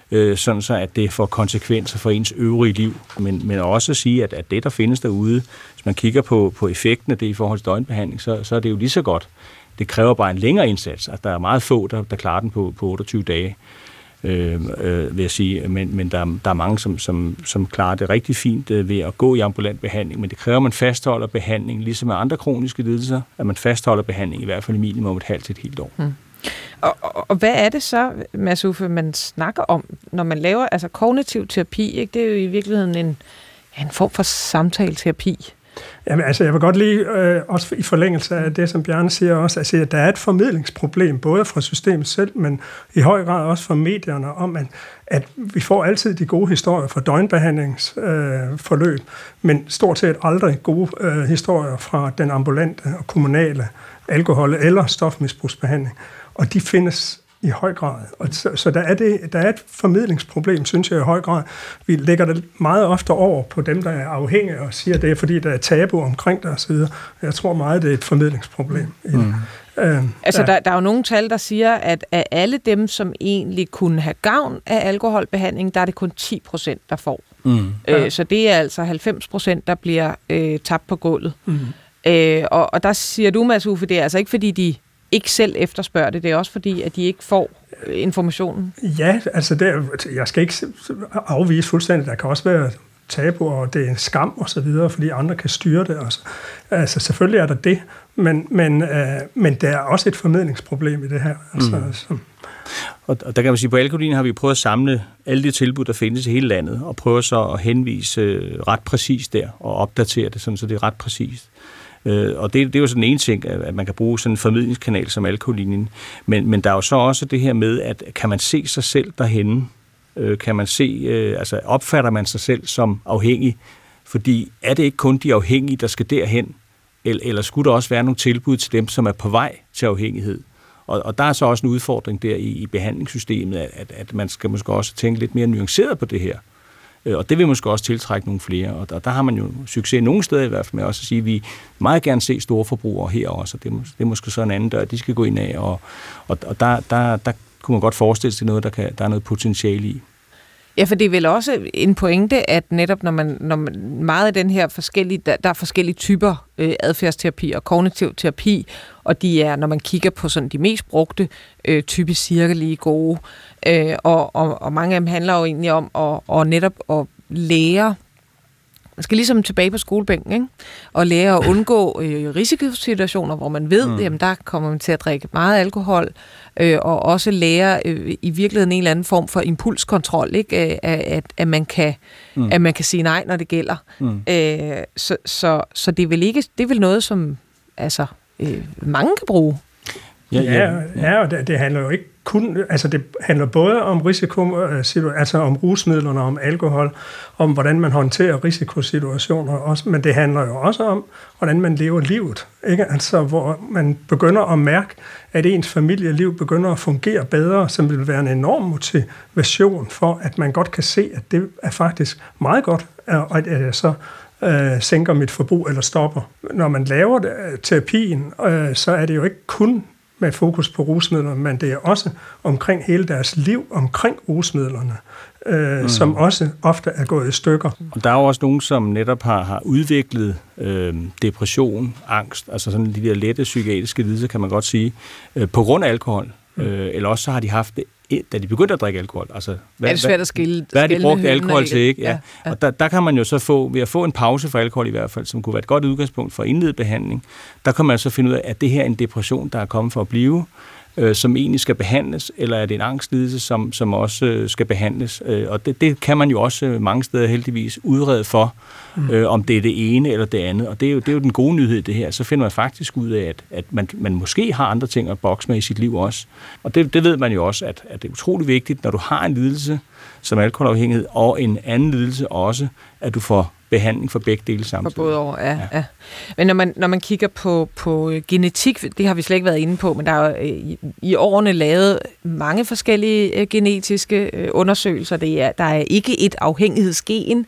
øh, sådan så at det får konsekvenser for ens øvrige liv. Men, men også at sige, at, at det, der findes derude, hvis man kigger på, på effekten af det i forhold til døgnbehandling, så, så er det jo lige så godt. Det kræver bare en længere indsats, at der er meget få, der, der klarer den på, på otteogtyve dage. Øh, øh, vil jeg sige, men, men der, der er mange, som, som, som klarer det rigtig fint øh, ved at gå i ambulant behandling, men det kræver, at man fastholder behandling, ligesom med andre kroniske lidelser, at man fastholder behandling i hvert fald i minimum et halvt til et helt år. Hmm. Og, og, og hvad er det så, Mads Uffe, man snakker om, når man laver altså kognitiv terapi, ikke? Det er jo i virkeligheden en, en form for samtaleterapi. Jamen, altså, jeg vil godt lige, øh, også i forlængelse af det, som Bjarne siger også, altså, at der er et formidlingsproblem, både fra systemet selv, men i høj grad også fra medierne, om at, at vi får altid de gode historier fra døgnbehandlingsforløb, øh, men stort set aldrig gode øh, historier fra den ambulante og kommunale alkohol- eller stofmisbrugsbehandling. Og de findes i høj grad. Og så, så der, er det, der er et formidlingsproblem, synes jeg i høj grad. Vi lægger det meget ofte over på dem, der er afhængige, og siger, at det er fordi, der er tabu omkring det osv. Jeg tror meget, det er et formidlingsproblem. Mm. Øh, altså, der, der er jo nogle tal, der siger, at af alle dem, som egentlig kunne have gavn af alkoholbehandling, der er det kun ti procent, der får. Mm. Øh, så det er altså halvfems procent, der bliver øh, tabt på gulvet. Mm. Øh, og, og der siger du, Mads Uffe, det er altså ikke fordi, de ikke selv efterspørger det, det er også fordi, at de ikke får informationen. Ja, altså det, jeg skal ikke afvise fuldstændig, der kan også være tabu, og det er en skam og så videre, fordi andre kan styre det. Altså, altså selvfølgelig er der det, men, men, øh, men der er også et formidlingsproblem i det her. Altså, mm. så. Og, og der kan man sige, på Alkolin har vi prøvet at samle alle de tilbud, der findes i hele landet, og prøve så at henvise øh, ret præcist der, og opdatere det, sådan, så det er ret præcist. Øh, og det, det er jo sådan en ting, at man kan bruge sådan en formidlingskanal som Alkolinjen. Men, men der er jo så også det her med, at kan man se sig selv derhenne? Øh, kan man se, øh, altså opfatter man sig selv som afhængig? Fordi er det ikke kun de afhængige, der skal derhen? Eller, eller skulle der også være nogle tilbud til dem, som er på vej til afhængighed? Og, og der er så også en udfordring der i, i behandlingssystemet, at, at man skal måske også tænke lidt mere nuanceret på det her. Og det vil måske også tiltrække nogle flere, og der, der har man jo succes nogle steder i hvert fald med også at sige, at vi meget gerne se store forbrugere her også, og det, det er måske så en anden dør, de skal gå ind af, og, og, og der, der, der kunne man godt forestille sig noget, der, kan, der er noget potentiale i. Ja, for det er vel også en pointe, at netop når man, når man meget af den her forskellige, der, der er forskellige typer øh, adfærdsterapi og kognitiv terapi, og de er, når man kigger på sådan de mest brugte, øh, typisk cirka lige gode, øh, og, og, og mange af dem handler jo egentlig om at, og netop at lære. Man skal ligesom tilbage på skolebænken, ikke? Og lære at undgå øh, risikosituationer, hvor man ved, mm. jamen der kommer man til at drikke meget alkohol, øh, og også lære øh, i virkeligheden en eller anden form for impulskontrol, ikke? At, at, at, man kan, mm. at man kan sige nej, når det gælder. Mm. Øh, så, så, så det er vel ikke, det er vel noget, som altså, øh, mange kan bruge. Ja, ja, ja, og det, det handler jo ikke kun, altså det handler både om risiko, altså om rusmidlerne, om alkohol, om hvordan man håndterer risikosituationer også, men det handler jo også om, hvordan man lever livet, ikke? Altså hvor man begynder at mærke, at ens familieliv begynder at fungere bedre, som vil være en enorm motivation for, at man godt kan se, at det er faktisk meget godt, og at jeg så øh, sænker mit forbrug eller stopper. Når man laver det, terapien, øh, så er det jo ikke kun med fokus på rusmidlerne, men det er også omkring hele deres liv, omkring rusmidlerne, øh, mm. som også ofte er gået i stykker. Og der er jo også nogen, som netop har, har udviklet øh, depression, angst, altså sådan de der lette psykiatriske lidelser, kan man godt sige, øh, på grund af alkohol. Mm. Øh, eller også så har de haft det, da de begyndte at drikke alkohol. Altså, hvad, er det svært at skille? Hvad har de brugt alkohol til, ikke? Ja. Ja, ja. Og der, der kan man jo så få, ved at få en pause fra alkohol i hvert fald, som kunne være et godt udgangspunkt for indledet behandling, der kan man så finde ud af, at det her er en depression, der er kommet for at blive, øh, som egentlig skal behandles, eller er det en angstlidelse, som, som også øh, skal behandles. Øh, og det, det kan man jo også øh, mange steder heldigvis udrede for, mm. øh, om det er det ene eller det andet. Og det er jo, det er jo den gode nyhed i det her. Så finder man faktisk ud af, at, at man, man måske har andre ting at bokse med i sit liv også. Og det, det ved man jo også, at, at det er utrolig vigtigt, når du har en lidelse som alkoholafhængighed, og en anden lidelse også, at du får behandling for begge dele samtidig. For både over, ja. ja. ja. Men når man, når man kigger på, på genetik, det har vi slet ikke været inde på, men der er jo i, i årene lavet mange forskellige genetiske undersøgelser. Det er, der er ikke et afhængighedsgen.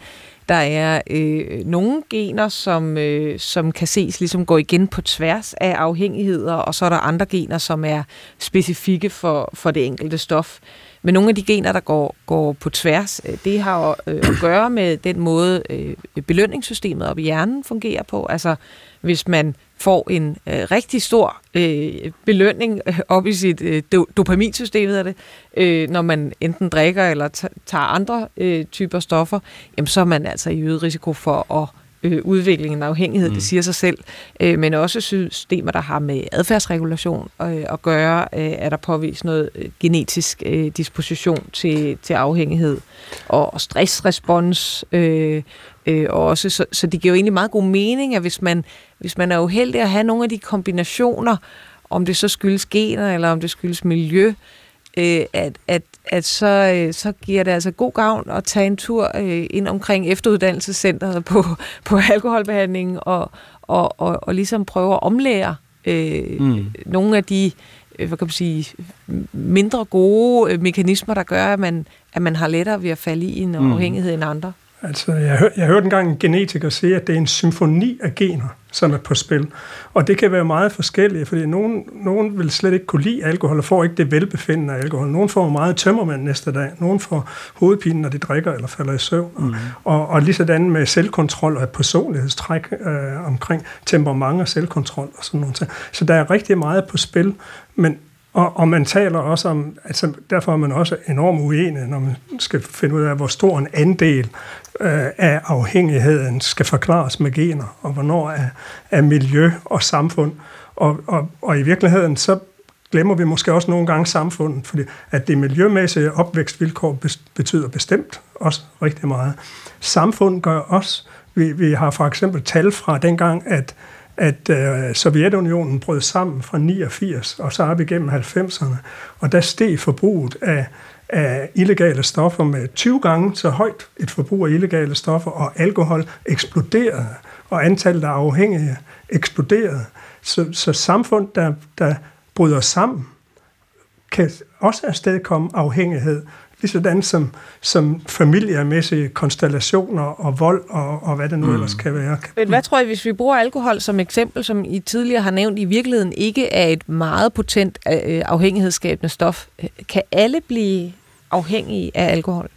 Der er øh, nogle gener, som, øh, som kan ses ligesom gå igen på tværs af afhængigheder, og så er der andre gener, som er specifikke for, for det enkelte stof. Men nogle af de gener, der går, går på tværs, det har øh, at gøre med den måde, øh, belønningssystemet op i hjernen fungerer på. Altså, hvis man får en øh, rigtig stor øh, belønning øh, op i sit øh, do- dopaminsystem, hedder det, øh, når man enten drikker eller t- tager andre øh, typer stoffer, jamen, så er man altså i øget risiko for at øh, udvikle en afhængighed, mm. det siger sig selv, øh, men også systemer, der har med adfærdsregulation øh, at gøre, øh, er der påvist noget øh, genetisk øh, disposition til, til afhængighed, og, og stressrespons, øh, øh, også, så, så det giver jo egentlig meget god mening, at hvis man, hvis man er uheldig at have nogle af de kombinationer, om det så skyldes gener, eller om det skyldes miljø, øh, at, at, at så, øh, så giver det altså god gavn at tage en tur øh, ind omkring efteruddannelsescenteret på, på alkoholbehandlingen, og, og, og, og ligesom prøve at omlære øh, mm. nogle af de øh, hvad kan man sige, mindre gode øh, mekanismer, der gør, at man, at man har lettere ved at falde i en mm. afhængighed end andre. Altså, jeg, hør, jeg hørte engang en genetiker sige, at det er en symfoni af gener, som er på spil. Og det kan være meget forskellige, fordi nogen, nogen vil slet ikke kunne lide alkohol, og får ikke det velbefindende af alkohol. Nogen får meget tømmermand næste dag. Nogen får hovedpine, når de drikker eller falder i søvn. Mm. Og, og lige sådan med selvkontrol og personlighedstræk øh, omkring temperament og selvkontrol og sådan noget. Så der er rigtig meget på spil, men Og, og man taler også om, altså derfor er man også enormt uenig, når man skal finde ud af, hvor stor en andel øh, af afhængigheden skal forklares med gener, og hvornår er, er miljø og samfund. Og, og, og i virkeligheden, så glemmer vi måske også nogle gange samfundet, fordi at det miljømæssige opvækstvilkår betyder bestemt også rigtig meget. Samfund gør også, vi, vi har for eksempel tal fra dengang, at at øh, Sovjetunionen brød sammen fra niogfirs, og så op igennem halvfemserne, og der steg forbruget af, af illegale stoffer med tyve gange så højt et forbrug af illegale stoffer, og alkohol eksploderede, og antallet af afhængige eksploderede. Så, så samfund, der, der bryder sammen, kan også afstedkomme afhængighed, ligesådan som, som familiemæssige konstellationer og vold og, og hvad det nu mm. ellers kan være. Men hvad tror I, hvis vi bruger alkohol som eksempel, som I tidligere har nævnt, i virkeligheden ikke er et meget potent øh, afhængighedsskabende stof, kan alle blive afhængige af alkohol?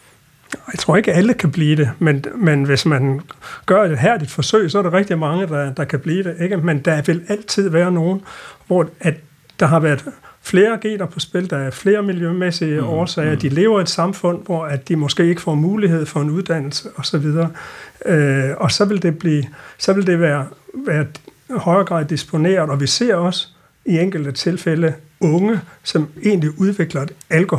Jeg tror ikke, alle kan blive det, men, men hvis man gør et hærdigt forsøg, så er der rigtig mange, der, der kan blive det. Ikke? Men der vil altid være nogen, hvor at der har været flere gener på spil, der er flere miljømæssige mm, årsager. Mm. De lever i et samfund, hvor at de måske ikke får mulighed for en uddannelse osv. Øh, og så vil det blive, så vil det være, være højere grad disponeret, og vi ser også i enkelte tilfælde unge, som egentlig udvikler et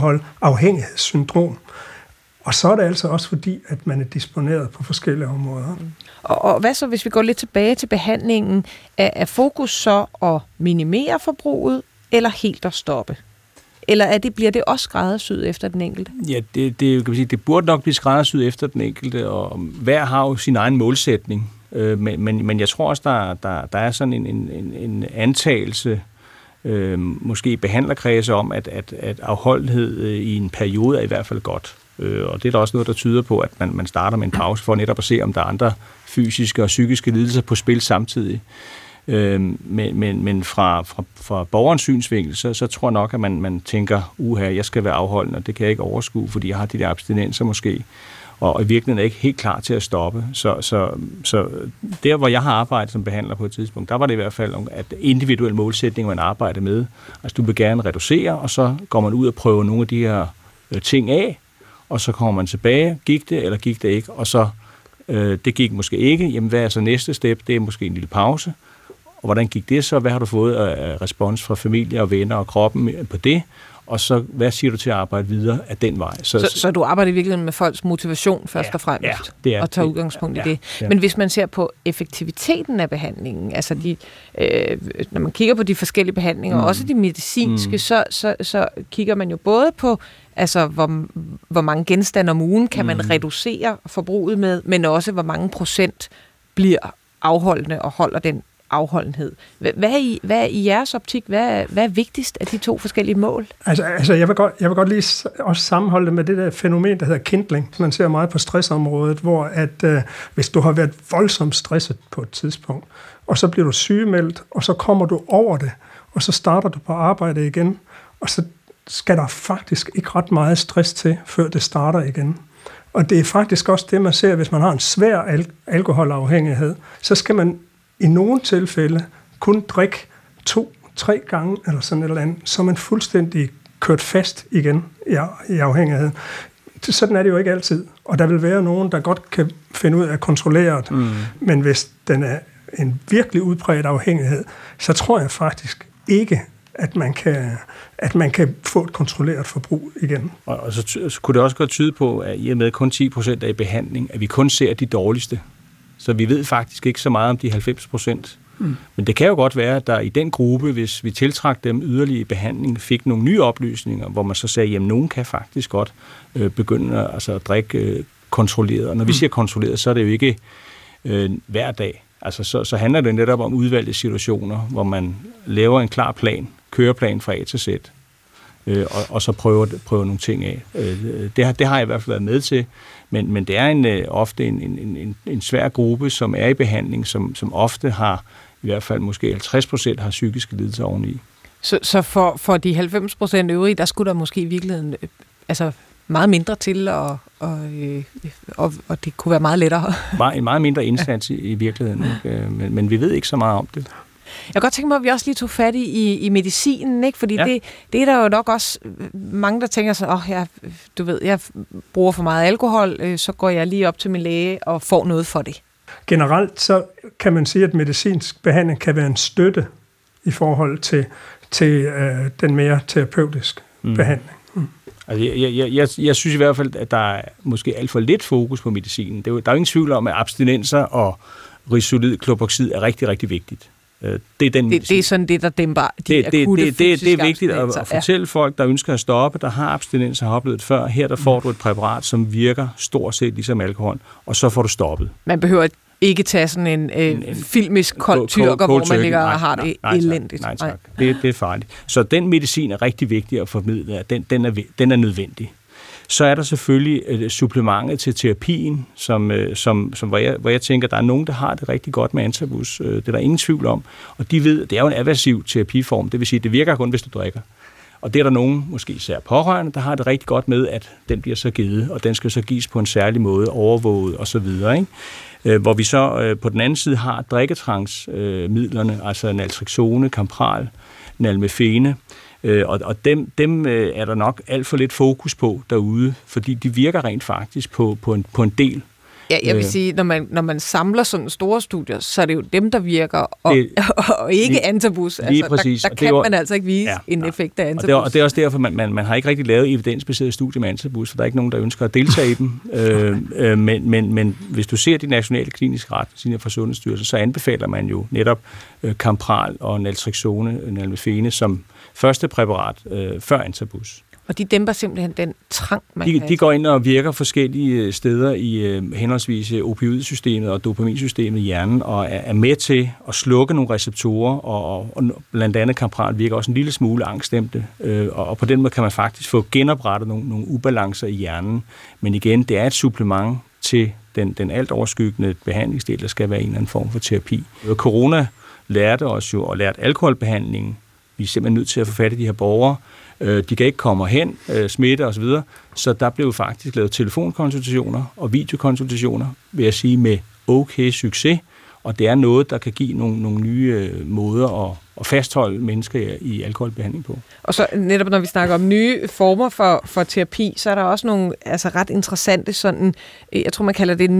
alkoholafhængighedssyndrom. Og så er det altså også fordi, at man er disponeret på forskellige områder. Mm. Og, og hvad så, hvis vi går lidt tilbage til behandlingen? Er, er fokus så at minimere forbruget, eller helt at stoppe? Eller er det, bliver det også skræddersyet efter den enkelte? Ja, det, det, kan man sige, det burde nok blive skræddersyet efter den enkelte, og hver har jo sin egen målsætning. Øh, men, men, men jeg tror også, der, der, der er sådan en, en, en antagelse, øh, måske behandlerkredse om, at, at, at afholdenhed øh, i en periode er i hvert fald godt. Øh, og det er der også noget, der tyder på, at man, man starter med en pause for netop at se, om der er andre fysiske og psykiske lidelser på spil samtidig. Øh, men men, men fra, fra, fra borgerens synsvinkel, så, så tror jeg nok, at man, man tænker, uha, jeg skal være afholdende, og det kan jeg ikke overskue, fordi jeg har de der abstinenser måske, og, og i virkeligheden er jeg ikke helt klar til at stoppe. Så, så, så der, hvor jeg har arbejdet som behandler på et tidspunkt, der var det i hvert fald, at individuel målsætning, man arbejder med, altså du vil gerne reducere, og så går man ud og prøver nogle af de her øh, ting af, og så kommer man tilbage, gik det, eller gik det ikke, og så, øh, det gik måske ikke, jamen hvad er så næste step? Det er måske en lille pause. Og hvordan gik det så? Hvad har du fået af respons fra familie og venner og kroppen på det? Og så, hvad siger du til at arbejde videre af den vej? Så, så, så du arbejder i virkeligheden med folks motivation først ja, og fremmest, ja, det er, og tager udgangspunkt det, i det. Ja, ja. Men hvis man ser på effektiviteten af behandlingen, altså de, øh, når man kigger på de forskellige behandlinger, mm. også de medicinske, mm. så, så, så kigger man jo både på, altså hvor, hvor mange genstande om ugen kan man mm. reducere forbruget med, men også hvor mange procent bliver afholdende og holder den afholdenhed. Hvad er i, hvad er i jeres optik? Hvad er, hvad er vigtigst af de to forskellige mål? Altså, altså jeg, vil godt, jeg vil godt lige også sammenholde det med det der fænomen, der hedder kindling. Man ser meget på stressområdet, hvor at, øh, hvis du har været voldsomt stresset på et tidspunkt, og så bliver du sygemeldt, og så kommer du over det, og så starter du på arbejde igen, og så skal der faktisk ikke ret meget stress til, før det starter igen. Og det er faktisk også det, man ser, hvis man har en svær al- alkoholafhængighed, så skal man i nogle tilfælde kun drikke to, tre gange, eller sådan et eller andet, så er man fuldstændig kørt fast igen i, i afhængigheden. Sådan er det jo ikke altid. Og der vil være nogen, der godt kan finde ud af at kontrollere det. Mm. Men hvis den er en virkelig udbredt afhængighed, så tror jeg faktisk ikke, at man kan, at man kan få et kontrolleret forbrug igen. Og, og så, så kunne det også godt tyde på, at i og med kun ti procent er i behandling, at vi kun ser de dårligste. Så vi ved faktisk ikke så meget om de halvfems procent. Mm. Men det kan jo godt være, at der i den gruppe, hvis vi tiltrak dem yderligere i behandling, fik nogle nye oplysninger, hvor man så sagde, at nogen kan faktisk godt øh, begynde at, altså, at drikke øh, kontrolleret. Og når mm. vi siger kontrolleret, så er det jo ikke øh, hver dag. Altså, så, så handler det netop om udvalgte situationer, hvor man laver en klar plan, køreplan fra A til Z, øh, og, og så prøver, prøver nogle ting af. Øh, det, har, det har jeg i hvert fald været med til, men, men det er en, øh, ofte en, en, en, en svær gruppe, som er i behandling, som, som ofte har, i hvert fald måske halvtreds procent har psykiske lidelser oveni. Så, så for, for de halvfems procent øvrige, der skulle der måske i virkeligheden øh, altså meget mindre til, og, og, øh, og, og det kunne være meget lettere. En meget mindre indsats i, i virkeligheden, ikke? Men, men vi ved ikke så meget om det. Jeg kan godt tænke mig, at vi også lige tog fat i, i medicinen, ikke? Fordi ja. det, det er der jo nok også mange, der tænker sig, åh, oh, jeg, du ved, jeg bruger for meget alkohol, øh, så går jeg lige op til min læge og får noget for det. Generelt så kan man sige, at medicinsk behandling kan være en støtte i forhold til, til øh, den mere terapeutiske mm. behandling. Mm. Altså, jeg, jeg, jeg, jeg synes i hvert fald, at der er måske alt for lidt fokus på medicinen. Det er jo, der er jo ingen tvivl om, at abstinenser og risolid kloproxid er rigtig, rigtig vigtigt. Det er, den det, det er sådan det, der dæmper de det, akutte det, det, det, det er vigtigt at, at fortælle ja. folk, der ønsker at stoppe, der har abstinenser, har oplevet før. Her der får mm. du et præparat, som virker stort set ligesom alkohol, og så får du stoppet. Man behøver ikke tage sådan en, øh, en, en filmisk kold tyrker, hvor man ligger og har det nej, elendigt. Nej, tak. Nej, tak. Det, det er farligt. Så den medicin er rigtig vigtig at formidle, at den, den, er, den er nødvendig. Så er der selvfølgelig øh, supplementet til terapien, som, øh, som, som, hvor, jeg, hvor jeg tænker, der er nogen, der har det rigtig godt med antabus. Øh, det er der ingen tvivl om. Og de ved, det er jo en aversiv terapiform, det vil sige, det virker kun, hvis du drikker. Og det er der nogen, måske især pårørende, der har det rigtig godt med, at den bliver så givet, og den skal så gives på en særlig måde, overvåget osv., ikke? Øh, hvor vi så øh, på den anden side har drikketrangsmidlerne, øh, altså naltrexone, Campral, nalmefene, Og, og dem, dem er der nok alt for lidt fokus på derude, fordi de virker rent faktisk på, på, en, på en del. Ja, jeg vil øh, sige, når man, når man samler sådan store studier, så er det jo dem, der virker, og, det, og ikke lige, antabus. Altså, præcis. Der, der kan jo, man altså ikke vise ja, en ja. effekt af antabus. Og det, er, og det er også derfor, man, man, man har ikke rigtig lavet evidensbaserede studier med antabus, for der er ikke nogen, der ønsker at deltage i dem. øh, øh, men, men, men hvis du ser de nationale kliniske retningslinjer fra Sundhedsstyrelsen, så anbefaler man jo netop øh, Campral og naltrexone, nalmefene, som første præparat øh, før antabus. Og de dæmper simpelthen den trang, man de, kan. De går ind og virker forskellige steder i øh, henholdsvis opioidsystemet og dopaminsystemet i hjernen, og er, er med til at slukke nogle receptorer, og, og, og blandt andet Campral virker også en lille smule angststemte, øh, og, og på den måde kan man faktisk få genoprettet nogle, nogle ubalancer i hjernen. Men igen, det er et supplement til den, den alt overskyggende behandlingsdel, der skal være en eller anden form for terapi. Og corona lærte os jo, og lærte alkoholbehandlingen. Vi er simpelthen nødt til at få fat i de her borgere. De kan ikke komme hen, smitte osv., så der blev faktisk lavet telefonkonsultationer og videokonsultationer, vil jeg sige, med okay succes, og det er noget, der kan give nogle, nogle nye måder at, at fastholde mennesker i, i alkoholbehandling på. Og så netop når vi snakker om nye former for, for terapi, så er der også nogle altså ret interessante sådan, jeg tror man kalder det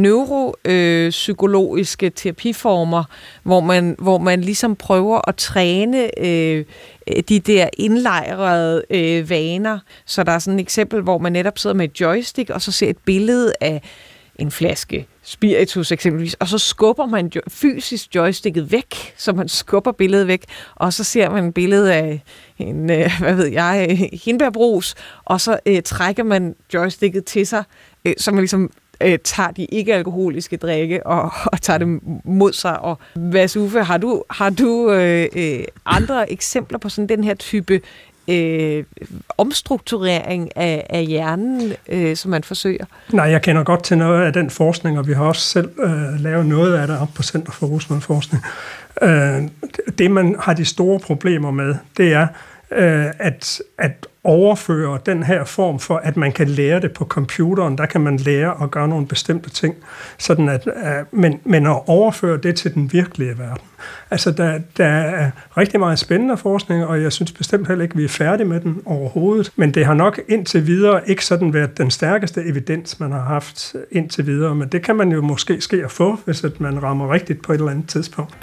neuropsykologiske terapiformer, hvor man, hvor man ligesom prøver at træne øh, de der indlejrede øh, vaner. Så der er sådan et eksempel, hvor man netop sidder med et joystick, og så ser et billede af en flaske spiritus eksempelvis, og så skubber man jo fysisk joysticket væk, så man skubber billedet væk, og så ser man et billede af en, øh, hvad ved jeg, hindbærbrus, og så øh, trækker man joysticket til sig, øh, så man ligesom øh, tager de ikke-alkoholiske drikke og, og tager dem mod sig. Og Mads Uffe, har du, har du øh, øh, andre eksempler på sådan den her type øh, omstrukturering af, af hjernen, øh, som man forsøger? Nej, jeg kender godt til noget af den forskning, og vi har også selv øh, lavet noget af det op på Center for Rusmiddelforskning. Øh, det, man har de store problemer med, det er, øh, at, at overføre den her form for, at man kan lære det på computeren, der kan man lære at gøre nogle bestemte ting, sådan at, uh, men, men at overføre det til den virkelige verden. Altså, der, der er rigtig meget spændende forskning, og jeg synes bestemt heller ikke, at vi er færdige med den overhovedet, men det har nok indtil videre ikke sådan været den stærkeste evidens, man har haft indtil videre, men det kan man jo måske ske at få, hvis at man rammer rigtigt på et eller andet tidspunkt.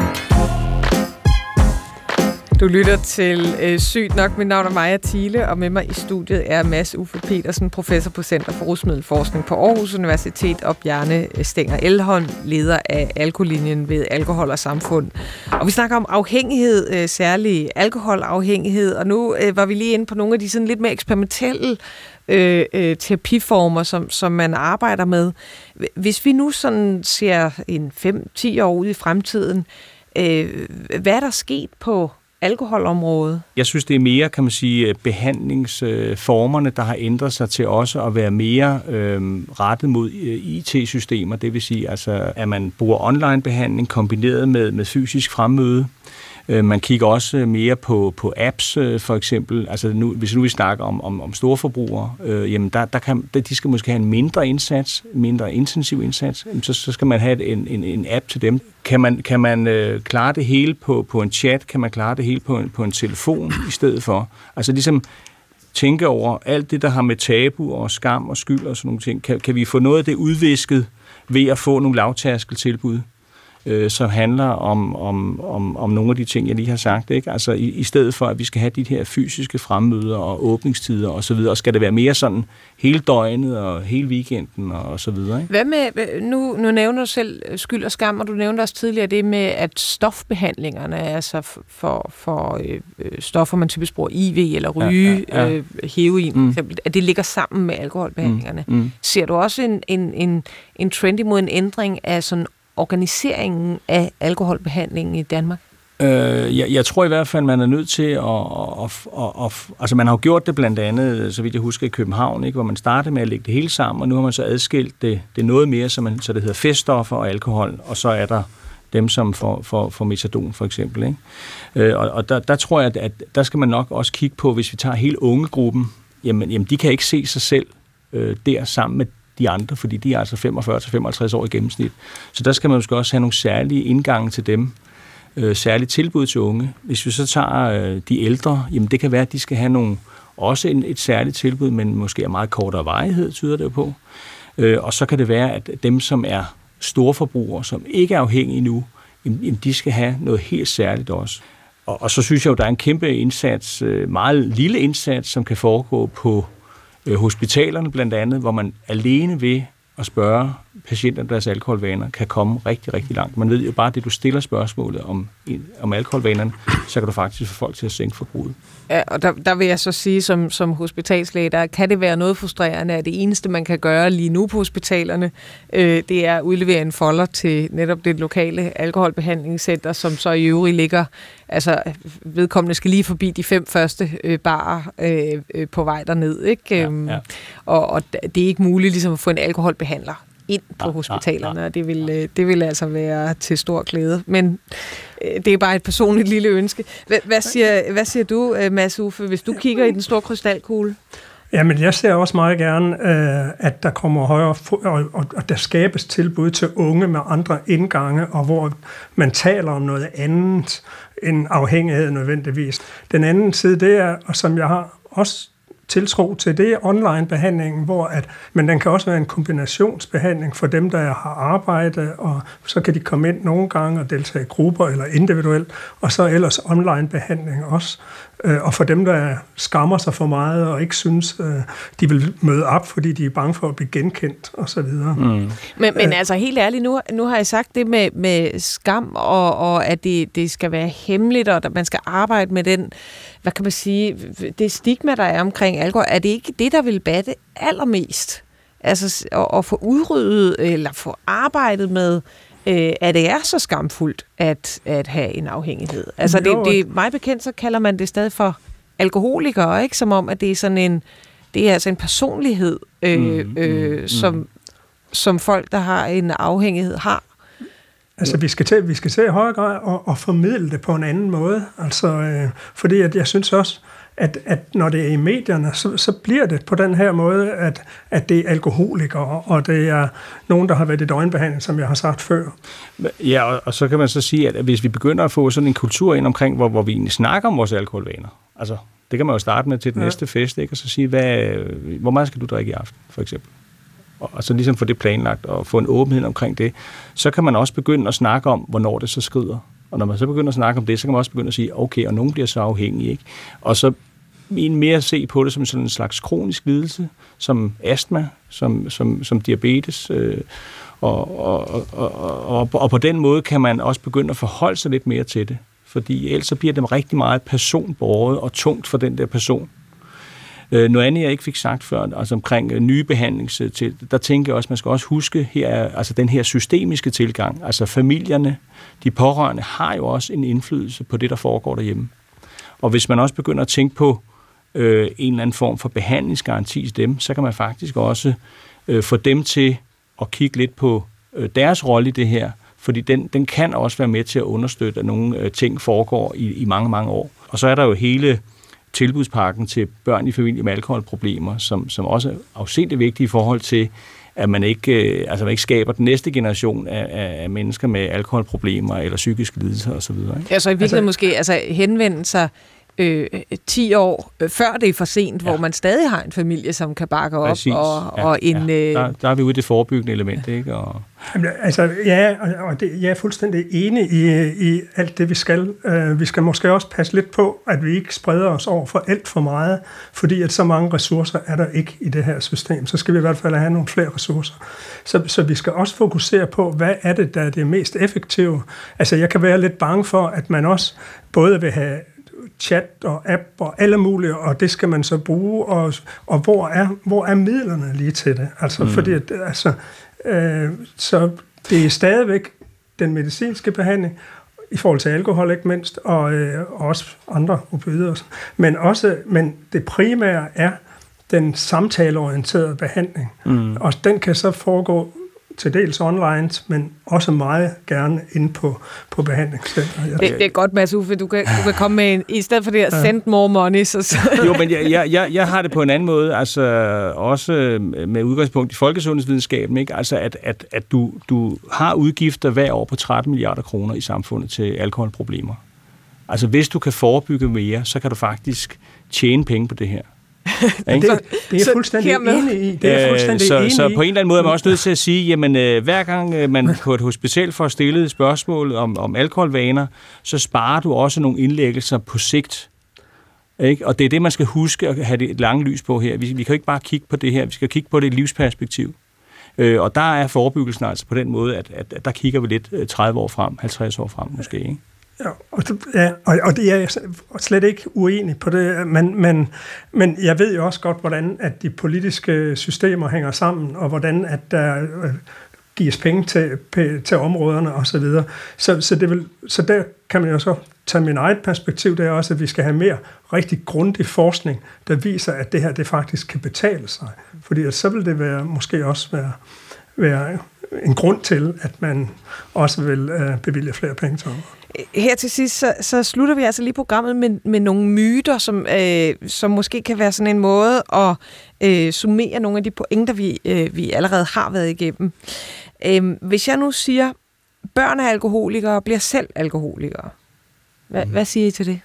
Du lytter til øh, Sygt nok. Mit navn er Maja Thiele, og med mig i studiet er Mads Uffe Petersen, professor på Center for Rusmiddelforskning på Aarhus Universitet, og Bjarne Stenger Elholm, leder af alkohollinjen ved Alkohol og Samfund. Og vi snakker om afhængighed, øh, særlig alkoholafhængighed, og nu øh, var vi lige inde på nogle af de sådan lidt mere eksperimentelle øh, øh, terapiformer, som, som man arbejder med. Hvis vi nu sådan ser en fem til ti år ud i fremtiden, øh, hvad er der sket på alkoholområdet? Jeg synes, det er mere, kan man sige, behandlingsformerne, der har ændret sig til også at være mere øh, rettet mod I T-systemer. Det vil sige, altså, at man bruger online-behandling kombineret med, med fysisk fremmøde. Man kigger også mere på, på apps, for eksempel. Altså nu, hvis nu vi snakker om, om, om storforbrugere, øh, jamen der, der kan, de skal måske have en mindre indsats, mindre intensiv indsats, så, så skal man have en, en, en app til dem. Kan man, kan man øh, klare det hele på, på en chat? Kan man klare det hele på en, på en telefon i stedet for? Altså ligesom tænke over alt det, der har med tabu og skam og skyld og sådan nogle ting. Kan, kan vi få noget af det udvisket ved at få nogle lavtærskeltilbud, øh, som handler om, om, om, om nogle af de ting, jeg lige har sagt, ikke? Altså i, i stedet for, at vi skal have de her fysiske fremmøder og åbningstider og så videre, og skal det være mere sådan hele døgnet og hele weekenden og så videre, ikke? Hvad med, nu, nu nævner du selv skyld og skam, og du nævnte også tidligere det med, at stofbehandlingerne, altså for, for øh, stoffer, man typisk bruger I V eller ryge, ja, ja, ja. Øh, heroin mm. eksempel, at det ligger sammen med alkoholbehandlingerne. Mm. Mm. Ser du også en, en, en, en trend imod en ændring af sådan organiseringen af alkoholbehandlingen i Danmark? Øh, jeg, jeg tror i hvert fald, man er nødt til at, at, at, at... Altså, man har jo gjort det blandt andet, så vidt jeg husker, i København, ikke, hvor man startede med at lægge det hele sammen, og nu har man så adskilt det, det noget mere, så, man, så det hedder feststoffer og alkohol, og så er der dem, som får, får, får metadon, for eksempel. Ikke? Øh, og og der, der tror jeg, at der skal man nok også kigge på, hvis vi tager hele ungegruppen, jamen, jamen de kan ikke se sig selv øh, der sammen med de andre, fordi de er altså femogfyrre til femoghalvtreds år i gennemsnit. Så der skal man måske også have nogle særlige indgange til dem, øh, særlige tilbud til unge. Hvis vi så tager øh, de ældre, jamen det kan være, at de skal have nogle, også en, et særligt tilbud, men måske er meget kortere varighed, tyder det jo på. Øh, og så kan det være, at dem, som er storforbrugere, som ikke er afhængige nu, jamen, de skal have noget helt særligt også. Og, og så synes jeg jo, der er en kæmpe indsats, meget lille indsats, som kan foregå på hospitalerne blandt andet, hvor man alene ved at spørge patienter deres alkoholvaner, kan komme rigtig, rigtig langt. Man ved jo bare, at det du stiller spørgsmålet om, om alkoholvanerne, så kan du faktisk få folk til at sænke forbruget. Ja, og der, der vil jeg så sige, som, som hospitalslæge, der kan det være noget frustrerende, at det eneste, man kan gøre lige nu på hospitalerne, øh, det er at udlevere en folder til netop det lokale alkoholbehandlingscenter, som så i øvrigt ligger, altså vedkommende skal lige forbi de fem første øh, barer øh, øh, på vej derned, ikke? Ja, ja. Og, og det er ikke muligt ligesom at få en alkoholbehandler ind på ja, hospitalerne, ja, ja. og det vil, det vil altså være til stor glæde. Men øh, det er bare et personligt lille ønske. Hvad, hvad, siger, hvad siger du, Mads Uffe, hvis du kigger i den store krystalkugle? Jamen, jeg ser også meget gerne, øh, at der kommer højere, og, og, og der skabes tilbud til unge med andre indgange, og hvor man taler om noget andet end afhængighed nødvendigvis. Den anden side, det er, og som jeg har også tiltro til, det er online-behandlingen, hvor at, men den kan også være en kombinationsbehandling for dem, der har arbejde, og så kan de komme ind nogle gange og deltage i grupper eller individuelt, og så ellers online-behandling også. Og for dem, der skammer sig for meget og ikke synes, de vil møde op, fordi de er bange for at blive genkendt osv. Mm. Men, men altså helt ærligt, nu, nu har jeg sagt det med, med skam, og, og at det, det skal være hemmeligt, og at man skal arbejde med den, hvad kan man sige, det stigma, der er omkring alkohol. Er det ikke det, der vil batte allermest? Altså at, at få udryddet eller få arbejdet med, øh, at det er så skamfuldt at, at have en afhængighed. Altså det, det mig bekendt, så kalder man det stadig for alkoholikere, ikke? Som om, at det er sådan en, det er altså en personlighed, øh, mm, øh, mm, som, mm. som folk, der har en afhængighed, har. Altså, vi skal til, vi skal til i højere grad og, og formidle det på en anden måde. Altså, øh, fordi at jeg synes også, at, at når det er i medierne, så, så bliver det på den her måde, at, at det er alkoholikere, og det er nogen, der har været i døgnbehandling, som jeg har sagt før. Ja, og, og så kan man så sige, at hvis vi begynder at få sådan en kultur ind omkring, hvor, hvor vi egentlig snakker om vores alkoholvaner, altså, det kan man jo starte med til den ja. næste fest, ikke? Og så sige, hvad, hvor meget skal du drikke i aften, for eksempel? Og så ligesom få det planlagt og få en åbenhed omkring det, så kan man også begynde at snakke om, hvornår det så skrider. Og når man så begynder at snakke om det, så kan man også begynde at sige, okay, og nogen bliver så afhængige, ikke? Og så mere se på det som sådan en slags kronisk lidelse, som astma, som, som, som diabetes, øh, og, og, og, og, og på den måde kan man også begynde at forholde sig lidt mere til det, fordi ellers så bliver det rigtig meget personbåret og tungt for den der person. Noget andet, jeg ikke fik sagt før, altså omkring nye behandlings til, der tænker jeg også, man skal også huske, her er, altså den her systemiske tilgang, altså familierne, de pårørende, har jo også en indflydelse på det, der foregår derhjemme. Og hvis man også begynder at tænke på øh, en eller anden form for behandlingsgaranti til dem, så kan man faktisk også øh, få dem til at kigge lidt på øh, deres rolle i det her, fordi den, den kan også være med til at understøtte, at nogle øh, ting foregår i, i mange, mange år. Og så er der jo hele tilbudspakken til børn i familie med alkoholproblemer, som, som også er afsindigt vigtige i forhold til, at man ikke, øh, altså man ikke skaber den næste generation af, af mennesker med alkoholproblemer eller psykiske lidelser osv. Ja, så i virkeligheden altså, måske altså, henvende sig øh, ti år øh, før det er for sent, ja. hvor man stadig har en familie, som kan bakke op. Præcis. Og, ja, og en, ja. øh... Der, der er vi ude i det forebyggende element, ikke? Og Jamen, altså, ja, og det, jeg er fuldstændig enig i, i alt det, vi skal. Uh, vi skal måske også passe lidt på, at vi ikke spreder os over for alt for meget, fordi at så mange ressourcer er der ikke i det her system. Så skal vi i hvert fald have nogle flere ressourcer. Så, så vi skal også fokusere på, hvad er det, der er det mest effektive. Altså, jeg kan være lidt bange for, at man også både vil have chat og app og alle mulige, og det skal man så bruge, og, og hvor, er, hvor er midlerne lige til det? Altså, mm. fordi at, altså, øh, så det er stadigvæk den medicinske behandling, i forhold til alkohol ikke mindst, og, øh, og også andre opioider. Men, også, men det primære er den samtaleorienterede behandling, mm. og den kan så foregå til dels online, men også meget gerne inde på, på behandlingscenter. Det, det er godt, Mads Uffe, du kan, du kan komme med en, i stedet for det at send more money. Så... Jo, men jeg, jeg, jeg, jeg har det på en anden måde, altså også med udgangspunkt i folkesundhedsvidenskaben, ikke? Altså at, at, at du, du har udgifter hver år på tretten milliarder kroner i samfundet til alkoholproblemer. Altså hvis du kan forebygge mere, så kan du faktisk tjene penge på det her. det, det er jeg fuldstændig enig i. Det er fuldstændig så, enig så i. på en eller anden måde er man også nødt til at sige, jamen øh, hver gang øh, man på et hospital får stillet spørgsmål om, om alkoholvaner, så sparer du også nogle indlæggelser på sigt. Ikke? Og det er det, man skal huske at have det lange lys på her. Vi, vi kan ikke bare kigge på det her, vi skal kigge på det i livsperspektiv. Øh, og der er forebyggelsen altså på den måde, at, at, at der kigger vi lidt tredive år frem, halvtreds år frem måske, ikke? Ja, og, ja, og, og det er jeg slet ikke uenig på det, men, men, men jeg ved jo også godt, hvordan at de politiske systemer hænger sammen, og hvordan at der øh, gives penge til, til områderne osv. Så, videre. så, så, det vil, så der kan man jo så tage min eget perspektiv, det er også, at vi skal have mere rigtig grundig forskning, der viser, at det her det faktisk kan betale sig. Fordi så vil det være, måske også være, være en grund til, at man også vil øh, bevilge flere penge til området. Her til sidst, så, så slutter vi altså lige programmet med, med nogle myter, som, øh, som måske kan være sådan en måde at øh, summere nogle af de pointer, vi, øh, vi allerede har været igennem. Øh, hvis jeg nu siger, børn af alkoholikere bliver selv alkoholikere, Hva, mm. hvad siger I til det?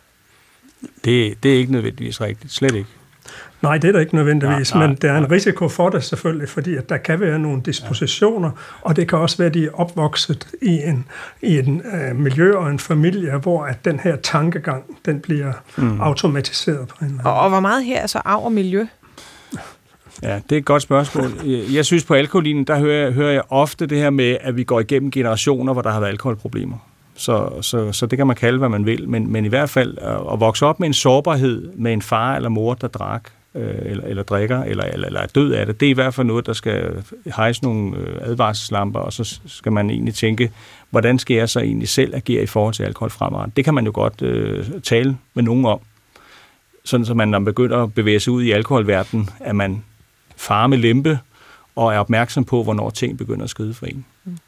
det? Det er ikke nødvendigvis rigtigt, slet ikke. Nej, det er der ikke nødvendigvis, nej, nej, men der er en risiko for det selvfølgelig, fordi at der kan være nogle dispositioner, ja. Og det kan også være, at de er opvokset i en, i en øh, miljø og en familie, hvor at den her tankegang, den bliver mm. automatiseret på en eller anden. Og, og hvor meget her er så arv og miljø? Ja, det er et godt spørgsmål. Jeg synes på alkohollinjen, der hører jeg, hører jeg ofte det her med, at vi går igennem generationer, hvor der har været alkoholproblemer. Så, så, så det kan man kalde, hvad man vil, men, men i hvert fald at vokse op med en sårbarhed med en far eller mor, der drak, øh, eller, eller drikker, eller, eller, eller er død af det. Det er i hvert fald noget, der skal hejse nogle øh, advarselslamper, og så skal man egentlig tænke, hvordan skal jeg så egentlig selv agere i forhold til alkohol fremadrettet. Det kan man jo godt øh, tale med nogen om. Sådan så man, når man begynder at bevæge sig ud i alkoholverdenen, at man farer med lempe, og er opmærksom på, hvornår ting begynder at skride for en.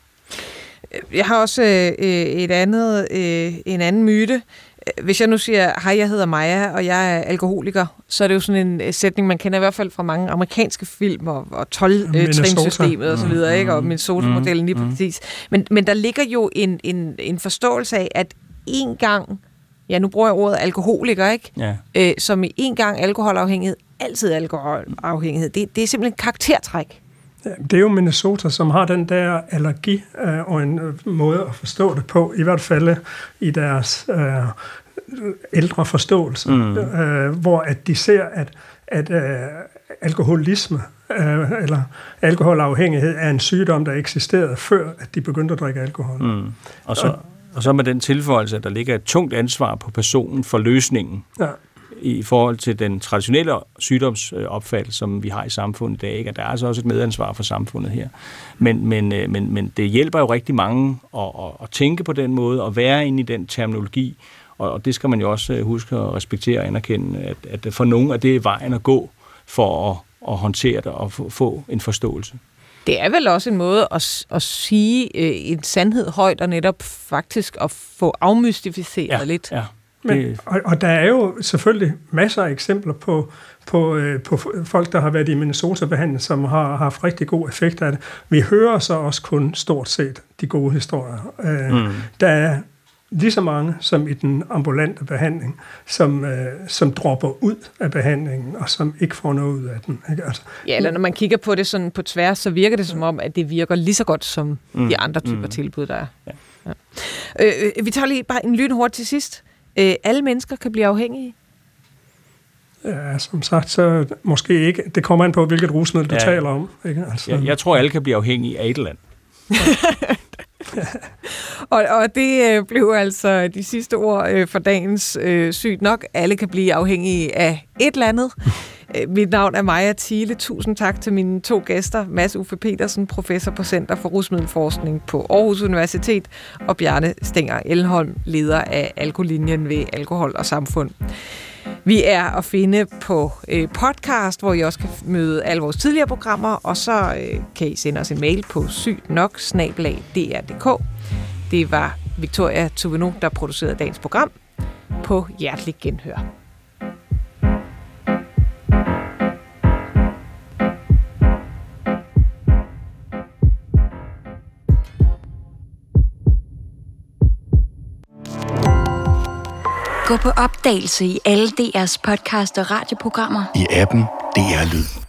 Jeg har også øh, et andet, øh, en anden myte. Hvis jeg nu siger, hej, jeg hedder Maja, og jeg er alkoholiker, så er det jo sådan en sætning, man kender i hvert fald fra mange amerikanske film og, og tolv-trinsystemet øh, og så videre, ikke? Og Minnesota-modellen lige mm. præcis. Men, men der ligger jo en, en, en forståelse af, at en gang, ja, nu bruger jeg ordet alkoholiker, ikke? Ja. Øh, som i en gang alkoholafhængighed, altid alkoholafhængighed. Det, det er simpelthen karaktertræk. Det er jo Minnesota, som har den der allergi øh, og en øh, måde at forstå det på, i hvert fald i deres øh, ældre forståelse, mm. øh, hvor at de ser, at, at øh, alkoholisme øh, eller alkoholafhængighed er en sygdom, der eksisterede før, at de begyndte at drikke alkohol. Mm. Og, så, og så med den tilføjelse, at der ligger et tungt ansvar på personen for løsningen. Ja. I forhold til den traditionelle sygdomsopfattelse, som vi har i samfundet i dag, ikke? Og der er altså også et medansvar for samfundet her. Men, men, men, men det hjælper jo rigtig mange at, at, at tænke på den måde, og være inde i den terminologi, og, og det skal man jo også huske at respektere og anerkende, at, at for nogen er det vejen at gå for at, at håndtere det og få, få en forståelse. Det er vel også en måde at, at sige øh, en sandhed højt, og netop faktisk at få afmystificeret ja, lidt. Ja. Men, og, og der er jo selvfølgelig masser af eksempler på, på, øh, på folk, der har været i Minnesota-behandling, som har haft rigtig god effekt af det. Vi hører så også kun stort set de gode historier. Øh, mm. Der er lige så mange som i den ambulante behandling, som, øh, som dropper ud af behandlingen, og som ikke får noget ud af den. Ikke? Altså, ja, eller når man kigger på det sådan på tværs, så virker det som om, at det virker lige så godt som mm. de andre typer mm. tilbud, der er. Ja. Ja. Øh, vi tager lige bare en lynhurtigt til sidst. Øh, alle mennesker kan blive afhængige? Ja, som sagt, så måske ikke. Det kommer an på, hvilket rusmiddel du ja. taler om. Ikke? Altså, ja, jeg tror, alle kan blive afhængige af et eller andet. og, og det øh, blev altså de sidste ord øh, for dagens øh, Sygt Nok. Alle kan blive afhængige af et eller andet. Mit navn er Maja Thiele. Tusind tak til mine to gæster, Mads Uffe Petersen, professor på Center for Rusmiddelforskning på Aarhus Universitet, og Bjarne Stenger Elholm, leder af Alkolinjen ved Alkohol og Samfund. Vi er at finde på øh, podcast, hvor I også kan møde alle vores tidligere programmer, og så øh, kan I sende os en mail på sygtnok snabel-a d r punktum d k. Det var Victoria Tuveno, der producerede dagens program. På hjertelig genhør. Gå på opdagelse i alle D R's podcast og radioprogrammer. I appen D R Lyd.